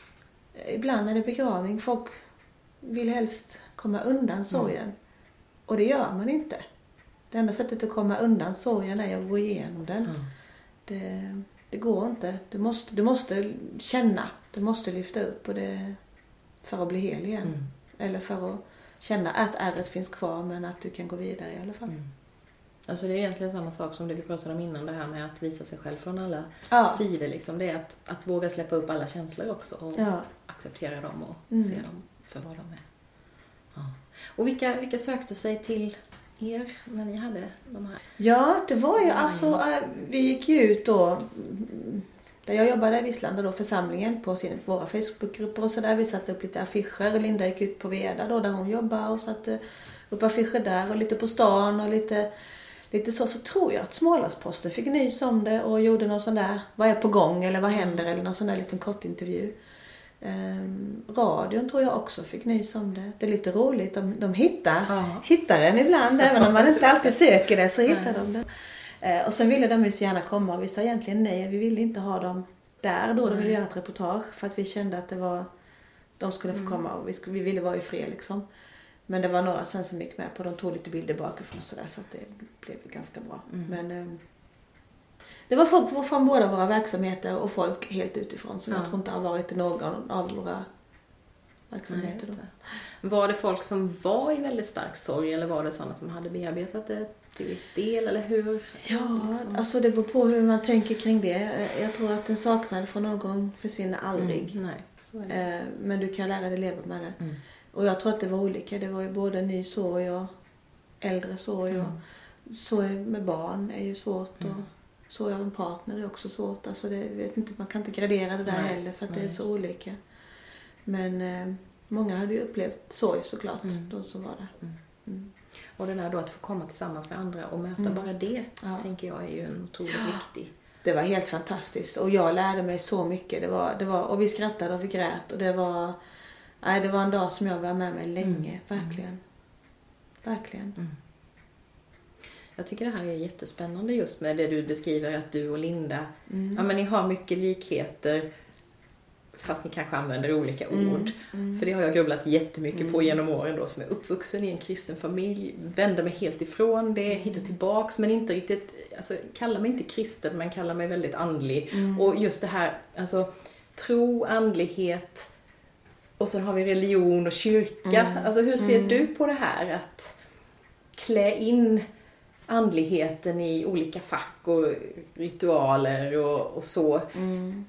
ibland när det är begravning, folk vill helst komma undan sorgen. Mm. Och det gör man inte. Det enda sättet att komma undan sorgen är att gå igenom den. Mm. Det, det går inte. Du måste, du måste känna. Du måste lyfta upp och det, för att bli hel igen. Mm. Eller för att känna att ärret finns kvar men att du kan gå vidare i alla fall. Mm. Alltså det är egentligen samma sak som det vi pratade om innan, det här med att visa sig själv från alla ja. sidor. Liksom. Det är att, att våga släppa upp alla känslor också och ja. acceptera dem och mm. se dem för vad de är. Ja. Och vilka, vilka sökte sig till er när ni hade de här? Ja, det var ju alltså, vi gick ju ut då, där jag jobbade i Vislanda då, församlingen på sin, våra Facebookgrupper och sådär. Vi satte upp lite affischer. Linda gick ut på Veda då, där hon jobbar och satte upp affischer där och lite på stan och lite, lite så. Så tror jag att Smålandsposten fick nys om det och gjorde någon sån där, vad är på gång eller vad händer eller någon sån där liten kort intervju. Um, radion tror jag också fick nys om det. Det är lite roligt, de, de hittar, ja. hittar den ibland, även om man inte alltid söker det så hittar de den. Uh, och sen ville de ju så gärna komma och vi sa egentligen nej, vi ville inte ha dem där då, de ville göra ett reportage för att vi kände att det var, de skulle få komma och vi, skulle, vi ville vara i fred liksom. Men det var några sen som gick med på, de tog lite bilder bakifrån och sådär så att det blev ganska bra. Mm. Men um, det var folk från båda våra verksamheter och folk helt utifrån som ja. jag tror inte har varit i någon av våra verksamheter. Nej, då. Var det folk som var i väldigt stark sorg eller var det sådana som hade bearbetat det till viss del eller hur? Ja, liksom? Alltså det beror på hur man tänker kring det. Jag tror att en saknad från någon försvinner aldrig. Mm, nej, så är det. Men du kan lära dig leva med det. Mm. Och jag tror att det var olika. Det var ju både ny sorg och äldre sorg och mm. sorg med barn är ju svårt och mm. sorg av en partner är också svårt. Alltså det, vet inte, man kan inte gradera det där nej, heller för att nej, det är så olika. Men eh, många hade ju upplevt sorg såklart, mm. de som var där. Mm. Mm. Och det där då att få komma tillsammans med andra och möta mm. bara det, ja. tänker jag är ju en otroligt ja. viktig. Det var helt fantastiskt och jag lärde mig så mycket. Det var, det var, och vi skrattade och vi grät och det var, nej, det var en dag som jag var med mig länge, mm. verkligen. Mm. Verkligen. Mm. Jag tycker det här är jättespännande just med det du beskriver att du och Linda, mm. ja men ni har mycket likheter fast ni kanske använder olika mm. ord. Mm. För det har jag grubblat jättemycket mm. på genom åren då som är uppvuxen i en kristen familj, vänder mig helt ifrån det, mm. hittar tillbaks men inte riktigt, alltså kallar mig inte kristen men kallar mig väldigt andlig. Mm. Och just det här, alltså tro, andlighet och så har vi religion och kyrka. Mm. Alltså hur ser mm. du på det här att klä in andligheten i olika fack och ritualer och, och så. Mm.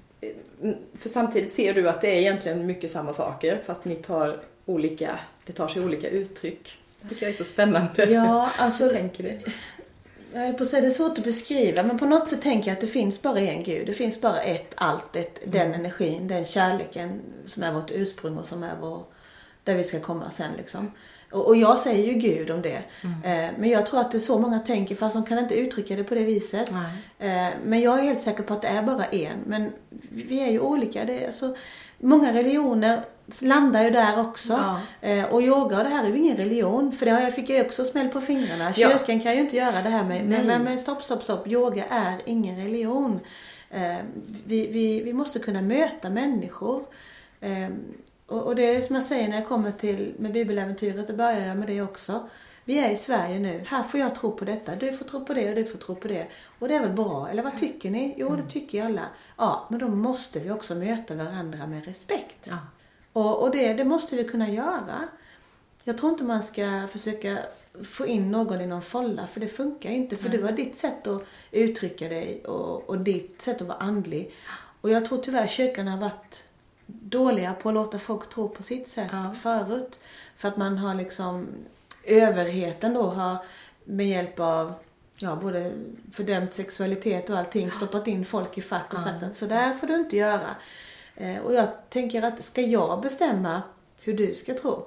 För samtidigt ser du att det är egentligen mycket samma saker fast ni tar olika, det tar sig olika uttryck. Det tycker jag är så spännande. Ja, alltså tänker du? Jag är på att säga, det är svårt att beskriva men på något sätt tänker jag att det finns bara en Gud. Det finns bara ett, allt, ett, mm. den energin, den kärleken som är vårt ursprung och som är vår, där vi ska komma sen liksom. Och, och jag säger ju Gud om det. Mm. Eh, men jag tror att det är så många tänker fast de kan inte uttrycka det på det viset. Eh, men jag är helt säker på att det är bara en. Men vi är ju olika. Det är, alltså, många religioner landar ju där också. Ja. Eh, och yoga och det här är ju ingen religion. För det har jag, fick jag också smäll på fingrarna. Kyrkan ja. kan ju inte göra det här med. Men, men, men stopp, stopp, stopp. Yoga är ingen religion. Eh, vi, vi, vi måste kunna möta människor. Eh, Och, och det är som jag säger när jag kommer till med bibeläventyret, det börjar jag med det också. Vi är i Sverige nu, här får jag tro på detta, du får tro på det och du får tro på det. Och det är väl bra, eller vad tycker ni? Jo, det tycker alla. Ja, men då måste vi också möta varandra med respekt. Ja. Och, och det, det måste vi kunna göra. Jag tror inte man ska försöka få in någon i någon folla, för det funkar inte. För mm. det var ditt sätt att uttrycka dig och, och ditt sätt att vara andlig. Och jag tror tyvärr kyrkan har varit dåliga på att låta folk tro på sitt sätt ja. förut. För att man har liksom överheten då har med hjälp av ja, både fördömt sexualitet och allting, stoppat in folk i fack och Ja, sagt att så där får du inte göra. Eh, och jag tänker att ska jag bestämma hur du ska tro?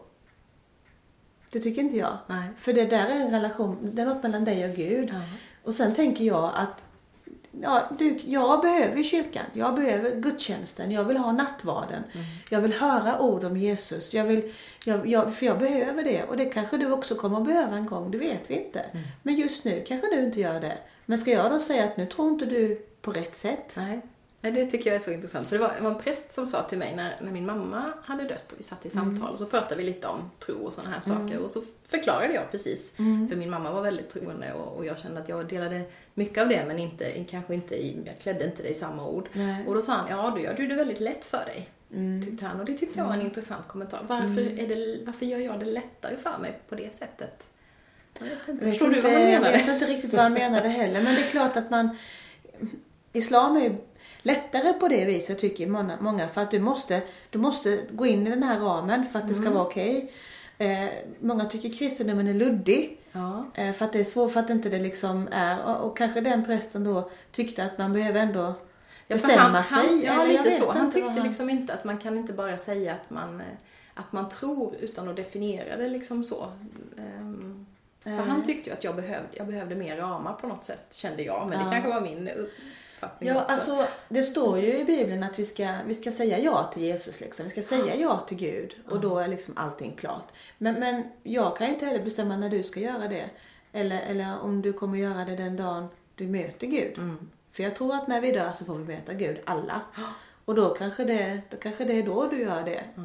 Det tycker inte jag. Nej. För det där är en relation, det är något mellan dig och Gud. Ja. Och sen tänker jag att ja, du, jag behöver kyrkan, jag behöver gudstjänsten, jag vill ha nattvarden. Mm. Jag vill höra ord om Jesus, jag vill, jag, jag, för jag behöver det. Och det kanske du också kommer att behöva en gång, det vet vi inte. Mm. Men just nu kanske du inte gör det. Men ska jag då säga att nu tror inte du på rätt sätt? Nej. Nej, det tycker jag är så intressant. För det var, det var en präst som sa till mig när, när min mamma hade dött och vi satt i samtal mm. och så pratade vi lite om tro och sådana här saker. Mm. Och så förklarade jag precis. Mm. För min mamma var väldigt troende och, och jag kände att jag delade mycket av det men inte, kanske inte i, jag klädde inte det i samma ord. Nej. Och då sa han, ja du gör du det väldigt lätt för dig. Mm. Tyckte han. Och det tyckte jag var en intressant kommentar. Varför, mm. är det, varför gör jag det lättare för mig på det sättet? Jag vet inte. Förstår du vad han menade? Jag vet inte riktigt vad han menade heller. Men det är klart att man, islam är ju lättare på det viset tycker många, många för att du måste, du måste gå in i den här ramen för att det ska mm. vara okej. Eh, många tycker kristendomen är luddig ja. eh, för att det är svårt, för att inte det liksom är, och, och kanske den prästen då tyckte att man behöver ändå ja, bestämma han, sig. Han, ja, eller lite så. Han tyckte han... liksom inte att man kan inte bara säga att man, att man tror utan att definiera det liksom så. Um, så äh. han tyckte ju att jag behövde, jag behövde mer ramar på något sätt, kände jag, men ja. det kanske var min Ja, också. Alltså det står ju i Bibeln att vi ska, vi ska säga ja till Jesus liksom. Vi ska säga ja till Gud och då är liksom allting klart. Men, men jag kan inte heller bestämma när du ska göra det. Eller, eller om du kommer göra det den dagen du möter Gud. Mm. För jag tror att när vi dör så får vi möta Gud alla. Och då kanske det, då kanske det är då du gör det. Mm.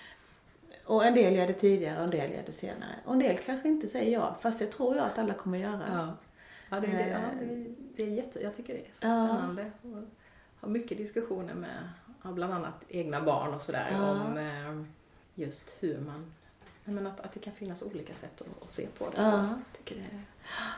Och en del gör det tidigare och en del gör det senare. Och en del kanske inte säger ja. Fast det tror jag att alla kommer göra. Ja. Ja, det är, det, ja, det, är, det är jätte, jag tycker det är så ja. spännande. Och har mycket diskussioner med bland annat egna barn och sådär ja. om just hur man, jag menar att, att det kan finnas olika sätt att, att se på det. Så ja. jag tycker det är,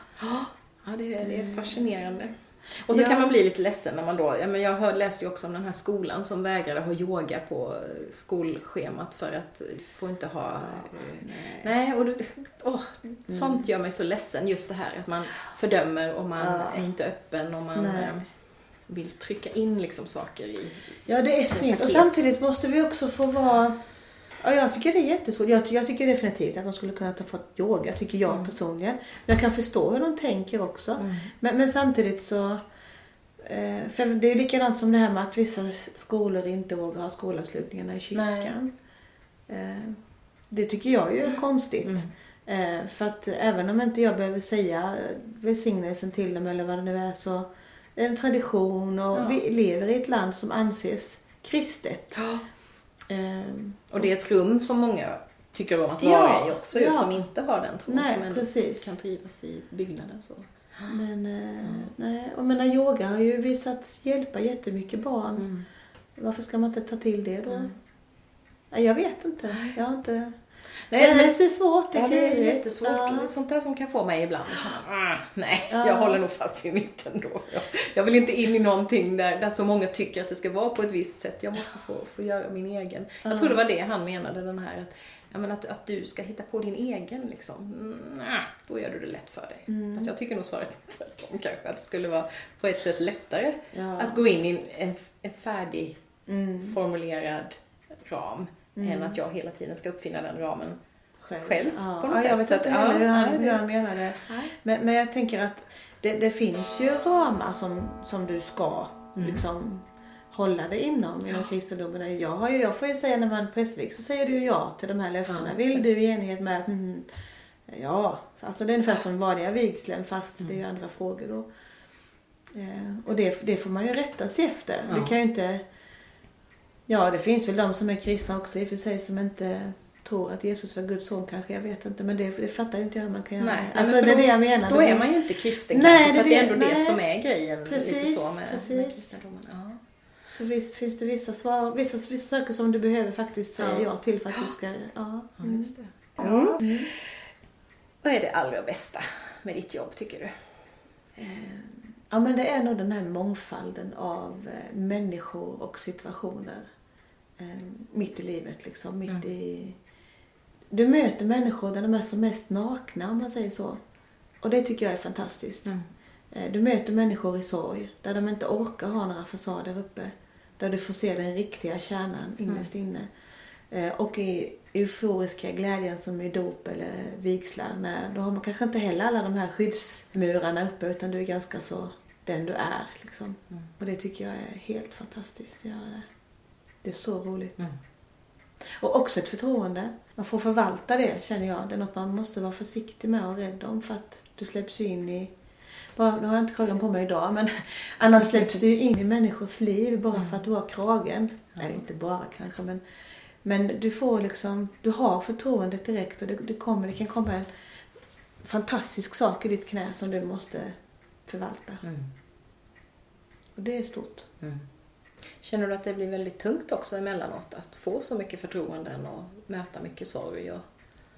ja, det är, det är fascinerande. Och så ja. kan man bli lite ledsen när man då, ja, men jag hör, läste ju också om den här skolan som vägrade ha yoga på skolschemat för att få inte ha, oh, nej, nej och du, oh, mm. sånt gör mig så ledsen, just det här att man fördömer och man oh. är inte öppen och man nej. vill trycka in liksom saker i. Ja, det är synd. Och samtidigt måste vi också få vara, ja, jag tycker det är jättesvårt. Jag, jag tycker definitivt att de skulle kunna ta fått yoga, tycker jag mm. personligen. Men jag kan förstå hur de tänker också. Mm. Men, men samtidigt så, eh, för det är ju likadant som det här med att vissa skolor inte vågar ha skolavslutningarna i kyrkan. Eh, det tycker jag ju är mm. konstigt. Mm. Eh, för att även om inte jag behöver säga välsignelsen till dem eller vad det nu är, så är det en tradition och ja. vi lever i ett land som anses kristet. Ja. Um, och det är ett rum som många tycker om att vara ja, i också, ja. som inte har den tron, nej, som ändå precis. kan trivas i byggnaden. Så. Men, mm. nej, och menar, yoga har ju visat hjälpa jättemycket barn. Mm. Varför ska man inte ta till det då? Mm. Jag vet inte. Jag har inte... Nej, men, det är svårt, det, ja, det är jättesvårt. Ja. Sånt där som kan få mig ibland att känna, ah, nej, ja. jag håller nog fast vid mitten då. Jag, jag vill inte in i någonting där, där så många tycker att det ska vara på ett visst sätt. Jag måste få, få göra min egen. Ja. Jag tror det var det han menade, den här att, jag menar, att, att du ska hitta på din egen liksom. Mm, då gör du det lätt för dig. Mm. Fast jag tycker nog svaret tvärtom kanske. Att det skulle vara på ett sätt lättare ja. att gå in i en, en färdig mm. formulerad ram. Mm. Än att jag hela tiden ska uppfinna den ramen själv. själv ja. På något ja, sätt. Jag vet inte heller hur han, hur han menar det. Men, men jag tänker att det, det finns ju ramar som, som du ska mm. liksom hålla dig inom inom ja. kristendomen. Jag, har ju, jag får ju säga när man prästvig så säger du ju ja till de här löftena. Ja, vill du i enighet med mm, ja, alltså det är ungefär som vanliga vigslen fast mm. det är ju andra frågor då. Eh, och det, det får man ju rätta sig efter. Ja. Du kan ju inte. Ja, det finns väl de som är kristna också i och för sig som inte tror att Jesus var Guds son kanske, jag vet inte. Men det, det fattar ju inte hur man kan göra. Nej, alltså det är då, det jag menar. Då är man ju inte kristen nej, kanske, för det, det är ändå nej. det som är grejen. Precis, lite så med, precis. med kristendomen. Ja. Så visst finns det vissa, svar, vissa, vissa saker som du behöver faktiskt säga ja, ja till för att du ska... Ja, ja just det. Mm. Mm. Vad är det allra bästa med ditt jobb tycker du? Ja, men det är nog den här mångfalden av människor och situationer. Mitt i livet liksom, mitt mm. i... Du möter människor där de är som mest nakna, om man säger så. Och det tycker jag är fantastiskt. Mm. Du möter människor i sorg där de inte orkar ha några fasader uppe. Där du får se den riktiga kärnan innerst mm. inne. Och i euforiska glädjen som i dop eller vigslar. När, då har man kanske inte heller alla de här skyddsmurarna uppe utan du är ganska så den du är. Liksom. Mm. Och det tycker jag är helt fantastiskt att göra det. Det är så roligt. Mm. Och också ett förtroende. Man får förvalta det känner jag. Det är något man måste vara försiktig med och rädd om för att du släpps in i... Bara, nu har jag inte kragen på mig idag men annars släpps du in i människors liv bara mm. för att du har kragen. Nej, inte bara kanske men... Men du får liksom, du har förtroendet direkt och det, det, kommer, det kan komma en fantastisk sak i ditt knä som du måste förvalta. Mm. Och det är stort. Mm. Känner du att det blir väldigt tungt också emellanåt att få så mycket förtroenden och möta mycket sorg? Och...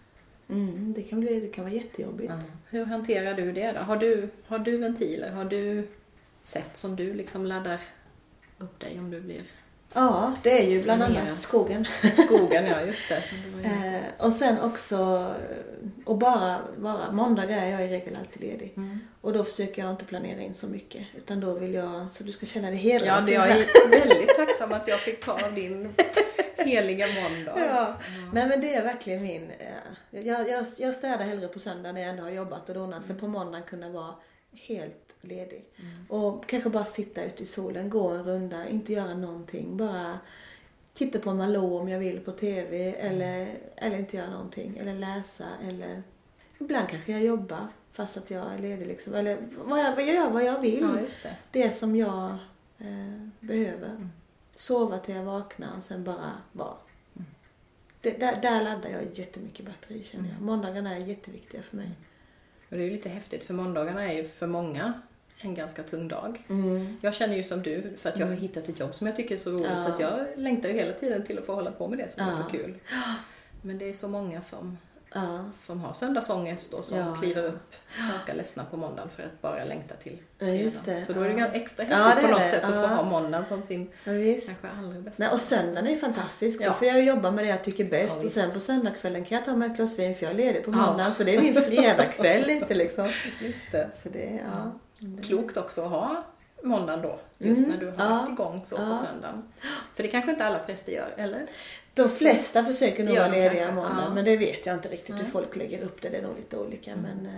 Mm, det, kan bli, det kan vara jättejobbigt. Mm. Hur hanterar du det då? Har du, har du ventiler? Har du sätt som du liksom laddar upp dig om du blir... Ja, det är ju bland annat skogen. Skogen, ja just det. Som du var eh, och sen också, och bara, bara måndagar är jag i regel alltid ledig. Mm. Och då försöker jag inte planera in så mycket. Utan då vill jag, så du ska känna dig hedrad. Ja, det jag är väldigt tacksam att jag fick ta din heliga måndag. Ja, mm. Nej men det är verkligen min, jag, jag, jag städar hellre på söndag när jag ändå har jobbat och donat. Mm. För på måndagen kunna vara helt ledig. Mm. Och kanske bara sitta ute i solen, gå en runda, inte göra någonting. Bara titta på Malou om jag vill på tv mm. eller, eller inte göra någonting. Eller läsa eller ibland kanske jag jobbar fast att jag är ledig liksom. Eller vad jag, jag gör vad jag vill. Ja, just det. Det som jag eh, behöver. Mm. Sova till jag vaknar och sen bara vara. Mm. Det, där, där laddar jag jättemycket batteri känner jag. Mm. Måndagarna är jätteviktiga för mig. Mm. Och det är ju lite häftigt för måndagarna är ju för många en ganska tung dag. Mm. Jag känner ju som du för att jag har hittat ett jobb som jag tycker är så roligt ja. Så att jag längtar ju hela tiden till att få hålla på med det som ja. Är så kul. Men det är så många som, ja. Som har söndagsångest och som ja. Kliver upp ganska ledsna på måndagen för att bara längta till fredag. Just det. Så då är det ja. Extra häftigt ja, på något det. Sätt att ja. Få ha måndagen som sin ja, kanske allra bästa. Nej, och söndagen är ju fantastisk. Ja. Då får jag jobba med det jag tycker bäst. Ja, och sen på söndagskvällen kan jag ta med ett glas vin för jag är ledig på måndagen. Ja. Så det är min fredagkväll lite liksom. Just det. Så det är, ja. Mm. Klokt också att ha måndagen då. Just mm. när du har ja. Varit igång så ja. På söndagen. För det kanske inte alla präster gör, eller? De flesta försöker nog vara lediga måndag. Ja. Men det vet jag inte riktigt Nej. Hur folk lägger upp det. Det är nog lite olika. Mm. Men,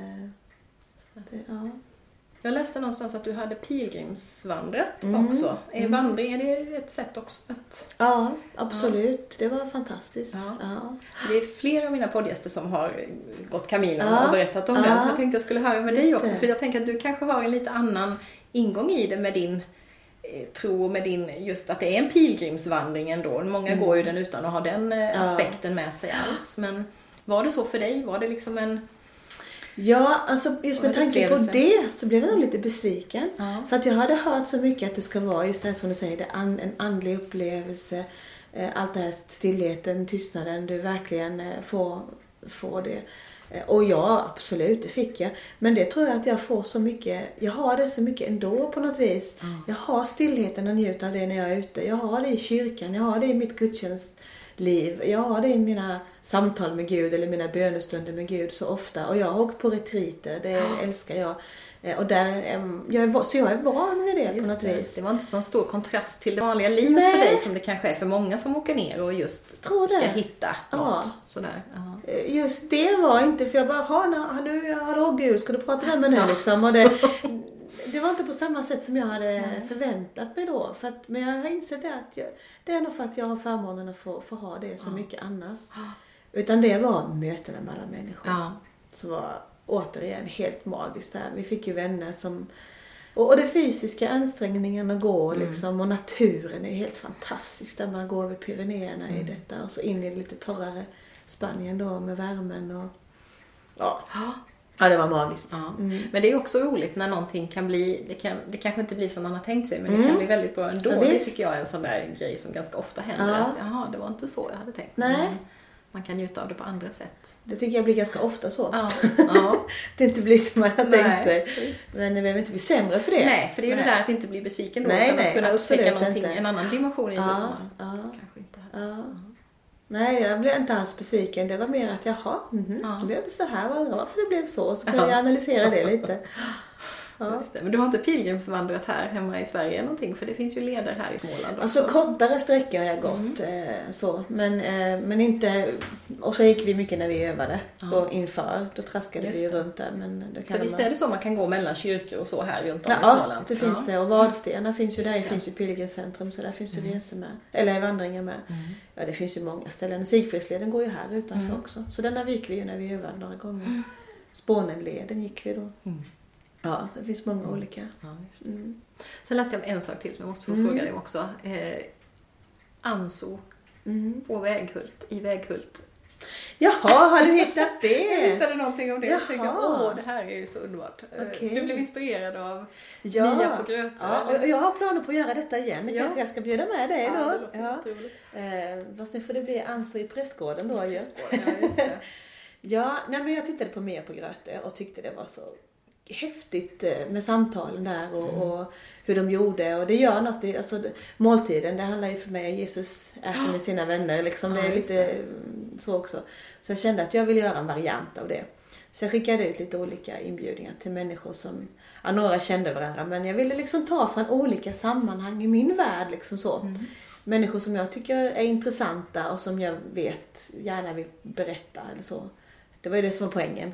det, ja. Jag läste någonstans att du hade pilgrimsvandret mm. också. Är mm. vandring, är det ett sätt också att... Ja, absolut. Ja. Det var fantastiskt. Ja. Ja. Det är flera av mina poddgäster som har gått Camino ja. Och berättat om ja. Det. Så jag tänkte jag skulle höra med Just dig också. Det. För jag tänker att du kanske har en lite annan ingång i det med din tro med din, just att det är en pilgrimsvandring ändå. Många mm. går ju den utan att ha den ja. Aspekten med sig alls. Men var det så för dig? Var det liksom en... Ja, alltså just med tanke på det så blev jag nog lite besviken. Ja. För att jag hade hört så mycket att det ska vara just det som du säger, det an, en andlig upplevelse. Allt det här stillheten, tystnaden, du verkligen får, får det. Och ja, absolut, det fick jag. Men det tror jag att jag får så mycket, jag har det så mycket ändå på något vis. Mm. Jag har stillheten och njuter av det när jag är ute. Jag har det i kyrkan, jag har det i mitt gudstjänstliv. Jag har det i mina samtal med Gud eller mina bönestunder med Gud så ofta. Och jag har åkt på retriter, det mm. älskar jag. Och där, jag är, så jag är van vid det just på något det. vis. Det var inte så stor kontrast till det vanliga livet Nej. För dig som det kanske är för många som åker ner och just Tror ska det. Hitta något. Ja. Sådär. Aha. Just det var inte, för jag bara, ha, nu, hallå Gud, ska du prata med mig nu liksom? Och det, det var inte på samma sätt som jag hade Nej. Förväntat mig då. För att, men jag har insett det att jag, det är nog för att jag har förmånen att få, få ha det så ja. Mycket annars. Utan det var mötena med alla människor. Ja. Så var återigen helt magiskt där. Vi fick ju vänner som... Och, och det fysiska ansträngningen att gå mm. liksom, och naturen är helt fantastisk. Där man går över Pyrenéerna mm. i detta och så in i lite torrare Spanien då med värmen och... Ja, ja det var magiskt. Ja. Mm. Men det är också roligt när någonting kan bli... Det, kan, det kanske inte blir som man har tänkt sig, men mm. det kan bli väldigt bra ändå. Ja, det tycker jag är en sån där grej som ganska ofta händer. Ja. Att, jaha, det var inte så jag hade tänkt. Nej. Men man kan njuta av det på andra sätt. Det tycker jag blir ganska ofta så. Ja. Ja. Det inte blir som man har nej, tänkt sig. Just. Men det behöver inte bli sämre för det. Nej, för det är ju nej. Det där att inte bli besviken då. Nej, utan nej, att kunna upptäcka någonting, inte. En annan dimension i ja, det som man ja, kanske inte hade. Ja. Nej, jag blev inte alls besviken. Det var mer att jaha, mm-hmm, ja. Det blev det så här. Varför det blev så. Så kan ja. Jag analysera det lite. Ja. Just det. Men du har inte pilgrimsvandrat här hemma i Sverige någonting? För det finns ju leder här i Småland också. Alltså kortare sträckor har jag gått. Mm. Eh, så. Men, eh, men inte... Och så gick vi mycket när vi övade. Ja. Och inför. Då traskade Just vi det. runt där. Men det kan för visst man... är det så man kan gå mellan kyrkor och så här runt om ja, i Småland? Ja, det finns ja. det. Och Vadstena finns ju där. Det. Det finns ju pilgrimscentrum. Så där finns ju mm. resor med. Eller vandringar med. Mm. Ja, det finns ju många ställen. Sigfridsleden går ju här utanför mm. också. Så den där gick vi ju när vi övade några gånger. Mm. Spånenleden gick vi då. Mm. Ja, det finns många mm. olika. Ja, mm. Sen läste jag om en sak till som jag måste få mm. fråga dig också. Eh, Anso mm. på Väghult, i Väghult. Jaha, har du hittat det? Jag hittade någonting om det. Jag tänkte, åh, det här är ju så underbart. Okay. Du blev inspirerad av ja. Mia på Grötö. Ja, och jag har planer på att göra detta igen. Ja. Kanske jag ska bjuda med dig ja, då. Ja, eh, fast nu får det bli Anso i prästgården då. I prästgården, ja, just det. Ja, nej, men jag tittade på Mia på Grötö och tyckte det var så häftigt med samtalen där och, mm. och hur de gjorde. Och det gör något, i, alltså måltiden, det handlar ju för mig om Jesus äter med sina vänner. Liksom, ja, det är lite det. Så också. Så jag kände att jag ville göra en variant av det. Så jag skickade ut lite olika inbjudningar till människor som, ja, några kände varandra. Men jag ville liksom ta från olika sammanhang i min värld. Liksom så. Mm. Människor som jag tycker är intressanta och som jag vet gärna vill berätta eller så. Det var ju det som var poängen.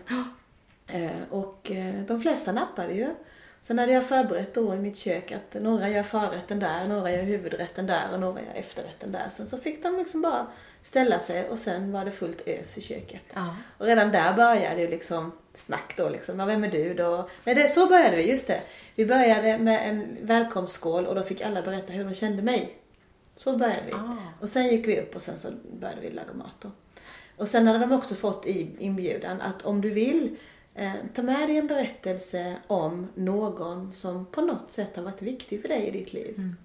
Eh, och eh, de flesta nappade ju. Sen hade jag förberett då i mitt kök att några gör förrätten där, några gör huvudrätten där och några gör efterrätten där. Sen så fick de liksom bara ställa sig och sen var det fullt ös i köket. Ja. Och redan där började det liksom snack då liksom. Ja, vem är du då? Nej, det, så började vi, just det. Vi började med en välkomstskål och då fick alla berätta hur de kände mig. Så började vi. Ah. Och sen gick vi upp och sen så började vi laga mat då. Och sen hade de också fått i inbjudan att om du vill eh, ta med dig en berättelse om någon som på något sätt har varit viktig för dig i ditt liv. Mm.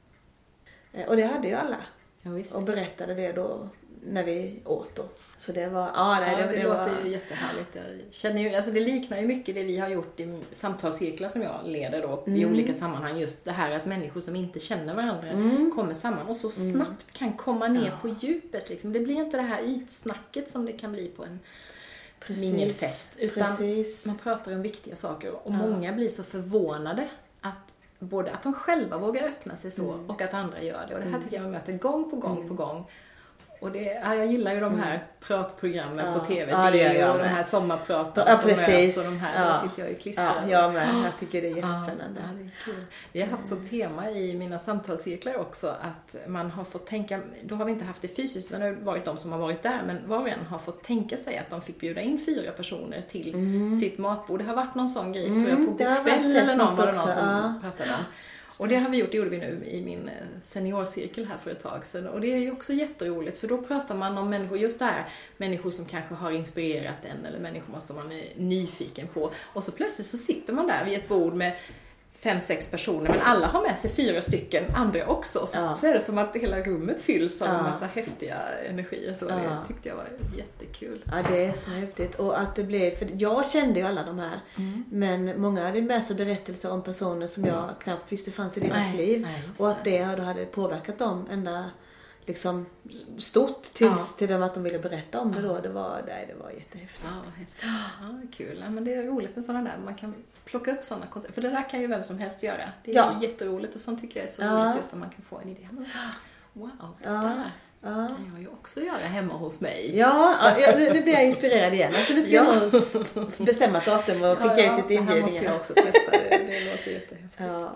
Eh, och det hade ju alla. Ja, visst. Och berättade det då när vi åt då. Så det var, ah, nej, ja, det, det, det det låter var... ju jättehärligt. Jag känner ju, alltså det liknar ju mycket det vi har gjort i samtalscirklar som jag leder då mm. i olika sammanhang. Just det här att människor som inte känner varandra mm. kommer samman och så snabbt mm. kan komma ner ja. på djupet. Liksom. Det blir inte det här ytsnacket som det kan bli på en Precis. mingelfest. Utan Precis. man pratar om viktiga saker och ja. många blir så förvånade att både att de själva vågar öppna sig så mm. och att andra gör det. Och det här tycker jag man möter gång på gång mm. på gång. Och det, ja, jag gillar ju de här mm. pratprogrammen ja. på tv. Ja, det det och de här sommarpraten ja, som möts och de här. Ja. Där sitter jag ju klistrad. Ja, jag med. Jag tycker det är jättespännande. Ja, det är kul. Vi har haft som tema i mina samtalscirklar också att man har fått tänka, då har vi inte haft det fysiskt utan det har varit de som har varit där. Men var och en har fått tänka sig att de fick bjuda in fyra personer till mm. sitt matbord. Det har varit någon sån grej mm. tror jag på Goodkväll eller någon var det någon som ja. pratade om. Och det har vi gjort, det gjorde vi nu i min seniorcirkel här för ett tag sedan. Och det är ju också jätteroligt för då pratar man om människor, just det här, människor som kanske har inspirerat en eller människor som man är nyfiken på. Och så plötsligt så sitter man där vid ett bord med fem, sex personer men alla har med sig fyra stycken andra också. Så, ja. så är det som att hela rummet fylls av ja. en massa häftiga energier. Så ja. det tyckte jag var jättekul. Ja, det är så häftigt. Och att det blev, för jag kände ju alla de här. Mm. Men många hade med sig berättelser om personer som jag knappt visste fanns i deras nej, liv. Nej, och att det då hade påverkat dem ända liksom stort tills ja. till dem att de ville berätta om det då. Det var, nej, det var jättehäftigt. Ja, vad häftigt. Ja, kul. Ja, men det är roligt med sådana där. Man kan plocka upp sådana koncept. För det där kan ju vem som helst göra. Det är ja. jätteroligt och sånt tycker jag är så ja. roligt just att man kan få en idé. Wow, det ja. där ja. kan jag ju också göra hemma hos mig. Ja, ja nu, nu blir jag inspirerad igen. Alltså nu ska ja. jag nog bestämma ett datum och skicka ja, ja. ut ett inbjudningar. Det här måste jag också testa. Det, det låter jättehäftigt. Ja.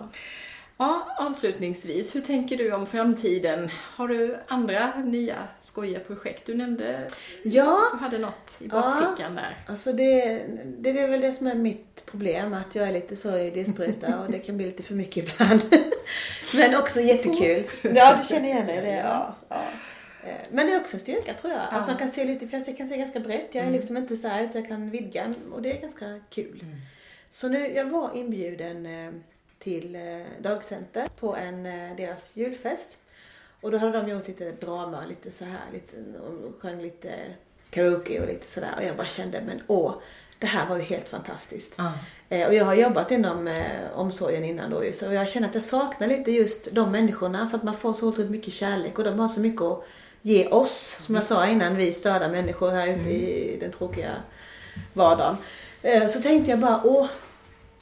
Ja, avslutningsvis, hur tänker du om framtiden? Har du andra nya skojiga projekt? Du nämnde ja, att du hade något i bakfickan ja, där. Alltså det, det är väl det som är mitt problem, att jag är lite så idéspruta och det kan bli lite för mycket ibland. Men också jättekul. Ja, du känner igen det. Ja, ja. Men det är också en styrka tror jag. Ja. Att man kan se lite, för jag kan se ganska brett. Jag är mm. liksom inte så här, utan jag kan vidga och det är ganska kul. Mm. Så nu, jag var inbjuden till Dagcenter på en deras julfest. Och då hade de gjort lite drama, lite så här, lite, och sjöng lite karaoke och lite sådär. Och jag bara kände, men åh, det här var ju helt fantastiskt. Ah. Eh, och jag har jobbat inom eh, omsorgen innan då ju. Så jag känner att jag saknar lite just de människorna. För att man får så otroligt mycket kärlek. Och de har så mycket att ge oss. Som jag sa innan, vi störda människor här ute mm. i den tråkiga vardagen. Eh, så tänkte jag bara, åh,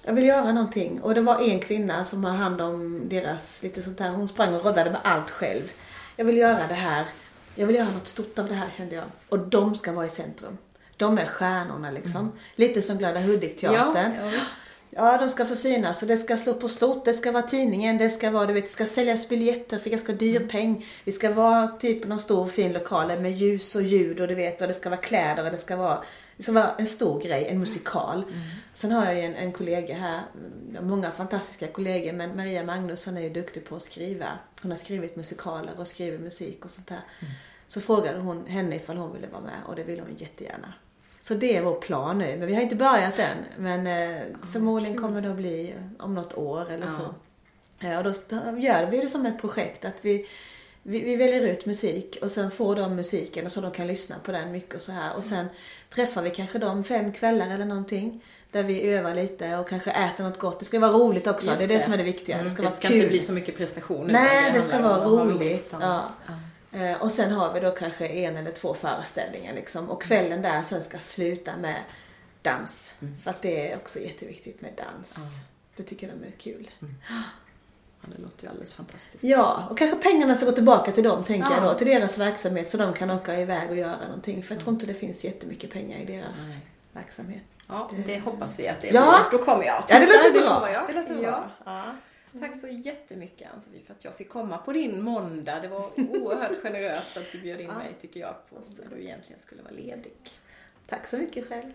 Jag vill göra någonting. Och det var en kvinna som har hand om deras lite sånt här. Hon sprang och roddade med allt själv. Jag vill göra det här. Jag vill göra något stort av det här, kände jag. Och de ska vara i centrum. De är stjärnorna liksom. Mm. Lite som Glada Hudik-teatern. Ja, ja, visst. Ja, de ska få synas och det ska slå på stort. Det ska vara tidningen, det ska vara, du vet, det ska säljas biljetter för ganska dyr mm. peng. Vi ska vara typ någon stor fin lokal med ljus och ljud och du vet, och det ska vara kläder och det ska vara, det ska vara en stor grej, en musikal. Mm. Sen har jag ju en, en kollega här, många fantastiska kollegor, men Maria Magnusson är ju duktig på att skriva. Hon har skrivit musikaler och skriver musik och sånt där. Mm. Så frågade hon henne ifall hon ville vara med och det ville hon jättegärna. Så det är vår plan nu. Men vi har inte börjat än. Men eh, förmodligen kommer det att bli om något år eller ja. så. Ja, och då gör vi det som ett projekt. Att vi, vi, vi väljer ut musik. Och sen får de musiken. Och så de kan lyssna på den mycket och så här. Och sen träffar vi kanske dem fem kvällar eller någonting. Där vi övar lite och kanske äter något gott. Det ska vara roligt också. Just det är det, det som är det viktiga. Mm, det ska, det vara ska kul. inte bli så mycket prestationer. Nej, det, det ska vara roligt. roligt ja. Ja. Och sen har vi då kanske en eller två föreställningar liksom. Och kvällen där sen ska sluta med dans. Mm. För att det är också jätteviktigt med dans. Mm. Det tycker de är kul. Mm. Ja, det låter ju alldeles fantastiskt. Ja, och kanske pengarna ska gå tillbaka till dem, tänker ja. jag då. Till deras verksamhet så de kan åka iväg och göra någonting. För jag tror inte det finns jättemycket pengar i deras Nej. verksamhet. Ja, det, det hoppas vi att det ja. blir. Då kommer jag. Ja, det låter bra. bra. Jag. Det låter bra. Ja. Ja. Tack så jättemycket, Ann-Sofie, för att jag fick komma på din måndag. Det var oerhört generöst att du bjöd in ja. mig, tycker jag, på så du egentligen skulle vara ledig. Tack så mycket själv.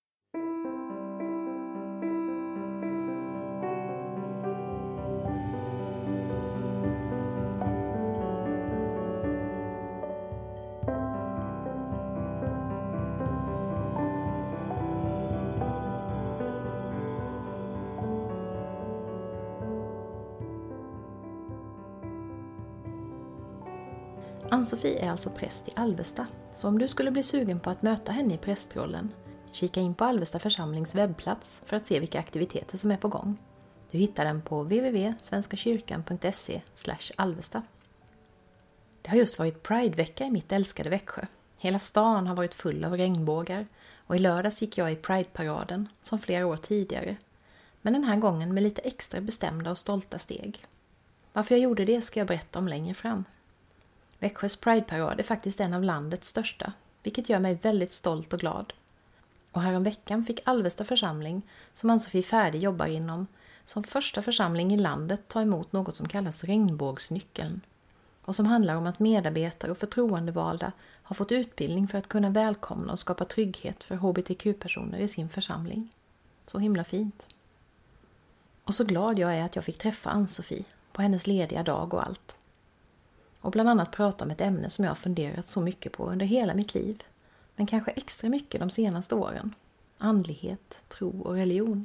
Ann-Sofie är alltså präst i Alvesta, så om du skulle bli sugen på att möta henne i prästrollen, kika in på Alvesta församlings webbplats för att se vilka aktiviteter som är på gång. Du hittar den på w w w punkt svenskakyrkan punkt se slash alvesta. Det har just varit Pride-vecka i mitt älskade Växjö. Hela stan har varit full av regnbågar och i lördags gick jag i Pride-paraden som flera år tidigare, men den här gången med lite extra bestämda och stolta steg. Varför jag gjorde det ska jag berätta om längre fram. Växjös Pride-parad är faktiskt en av landets största, vilket gör mig väldigt stolt och glad. Och härom veckan fick Alvesta församling, som Ann-Sofie Färdig jobbar inom, som första församling i landet ta emot något som kallas regnbågsnyckeln. Och som handlar om att medarbetare och förtroendevalda har fått utbildning för att kunna välkomna och skapa trygghet för H B T Q-personer i sin församling. Så himla fint. Och så glad jag är att jag fick träffa Ann-Sofie på hennes lediga dag och allt. Och bland annat prata om ett ämne som jag har funderat så mycket på under hela mitt liv. Men kanske extra mycket de senaste åren. Andlighet, tro och religion.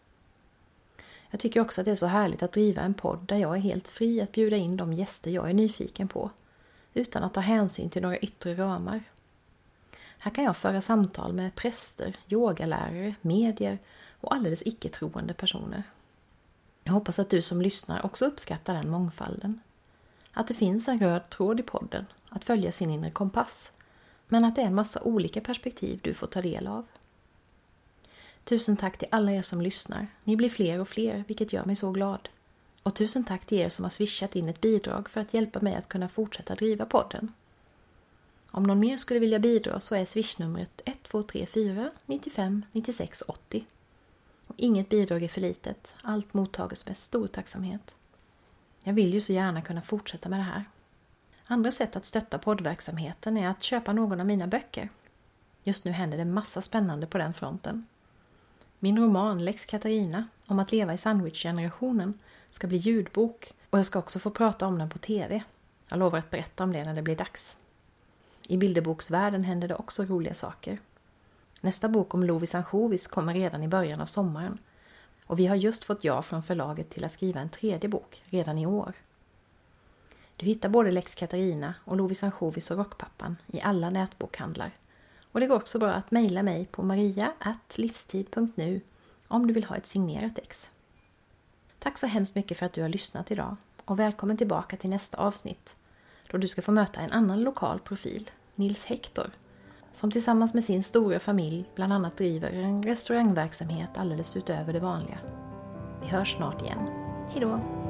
Jag tycker också att det är så härligt att driva en podd där jag är helt fri att bjuda in de gäster jag är nyfiken på. Utan att ta hänsyn till några yttre ramar. Här kan jag föra samtal med präster, yogalärare, medier och alldeles icke-troende personer. Jag hoppas att du som lyssnar också uppskattar den mångfalden. Att det finns en röd tråd i podden, att följa sin inre kompass, men att det är en massa olika perspektiv du får ta del av. Tusen tack till alla er som lyssnar. Ni blir fler och fler, vilket gör mig så glad. Och tusen tack till er som har swishat in ett bidrag för att hjälpa mig att kunna fortsätta driva podden. Om någon mer skulle vilja bidra så är swishnumret ett två tre fyra nio fem nio sex åtta noll. Och inget bidrag är för litet, allt mottages med stor tacksamhet. Jag vill ju så gärna kunna fortsätta med det här. Andra sätt att stötta poddverksamheten är att köpa någon av mina böcker. Just nu händer det massa spännande på den fronten. Min roman Lex Katarina om att leva i sandwich-generationen ska bli ljudbok och jag ska också få prata om den på tv. Jag lovar att berätta om det när det blir dags. I bilderboksvärlden händer det också roliga saker. Nästa bok om Lovis Ansjovis kommer redan i början av sommaren. Och vi har just fått ja från förlaget till att skriva en tredje bok redan i år. Du hittar både Lex Katarina och Lovis Ansjovis och Rockpappan i alla nätbokhandlar. Och det går också bra att mejla mig på maria at livstid punkt nu om du vill ha ett signerat ex. Tack så hemskt mycket för att du har lyssnat idag och välkommen tillbaka till nästa avsnitt då du ska få möta en annan lokal profil, Nils Hector, som tillsammans med sin stora familj bland annat driver en restaurangverksamhet alldeles utöver det vanliga. Vi hörs snart igen. Hej då!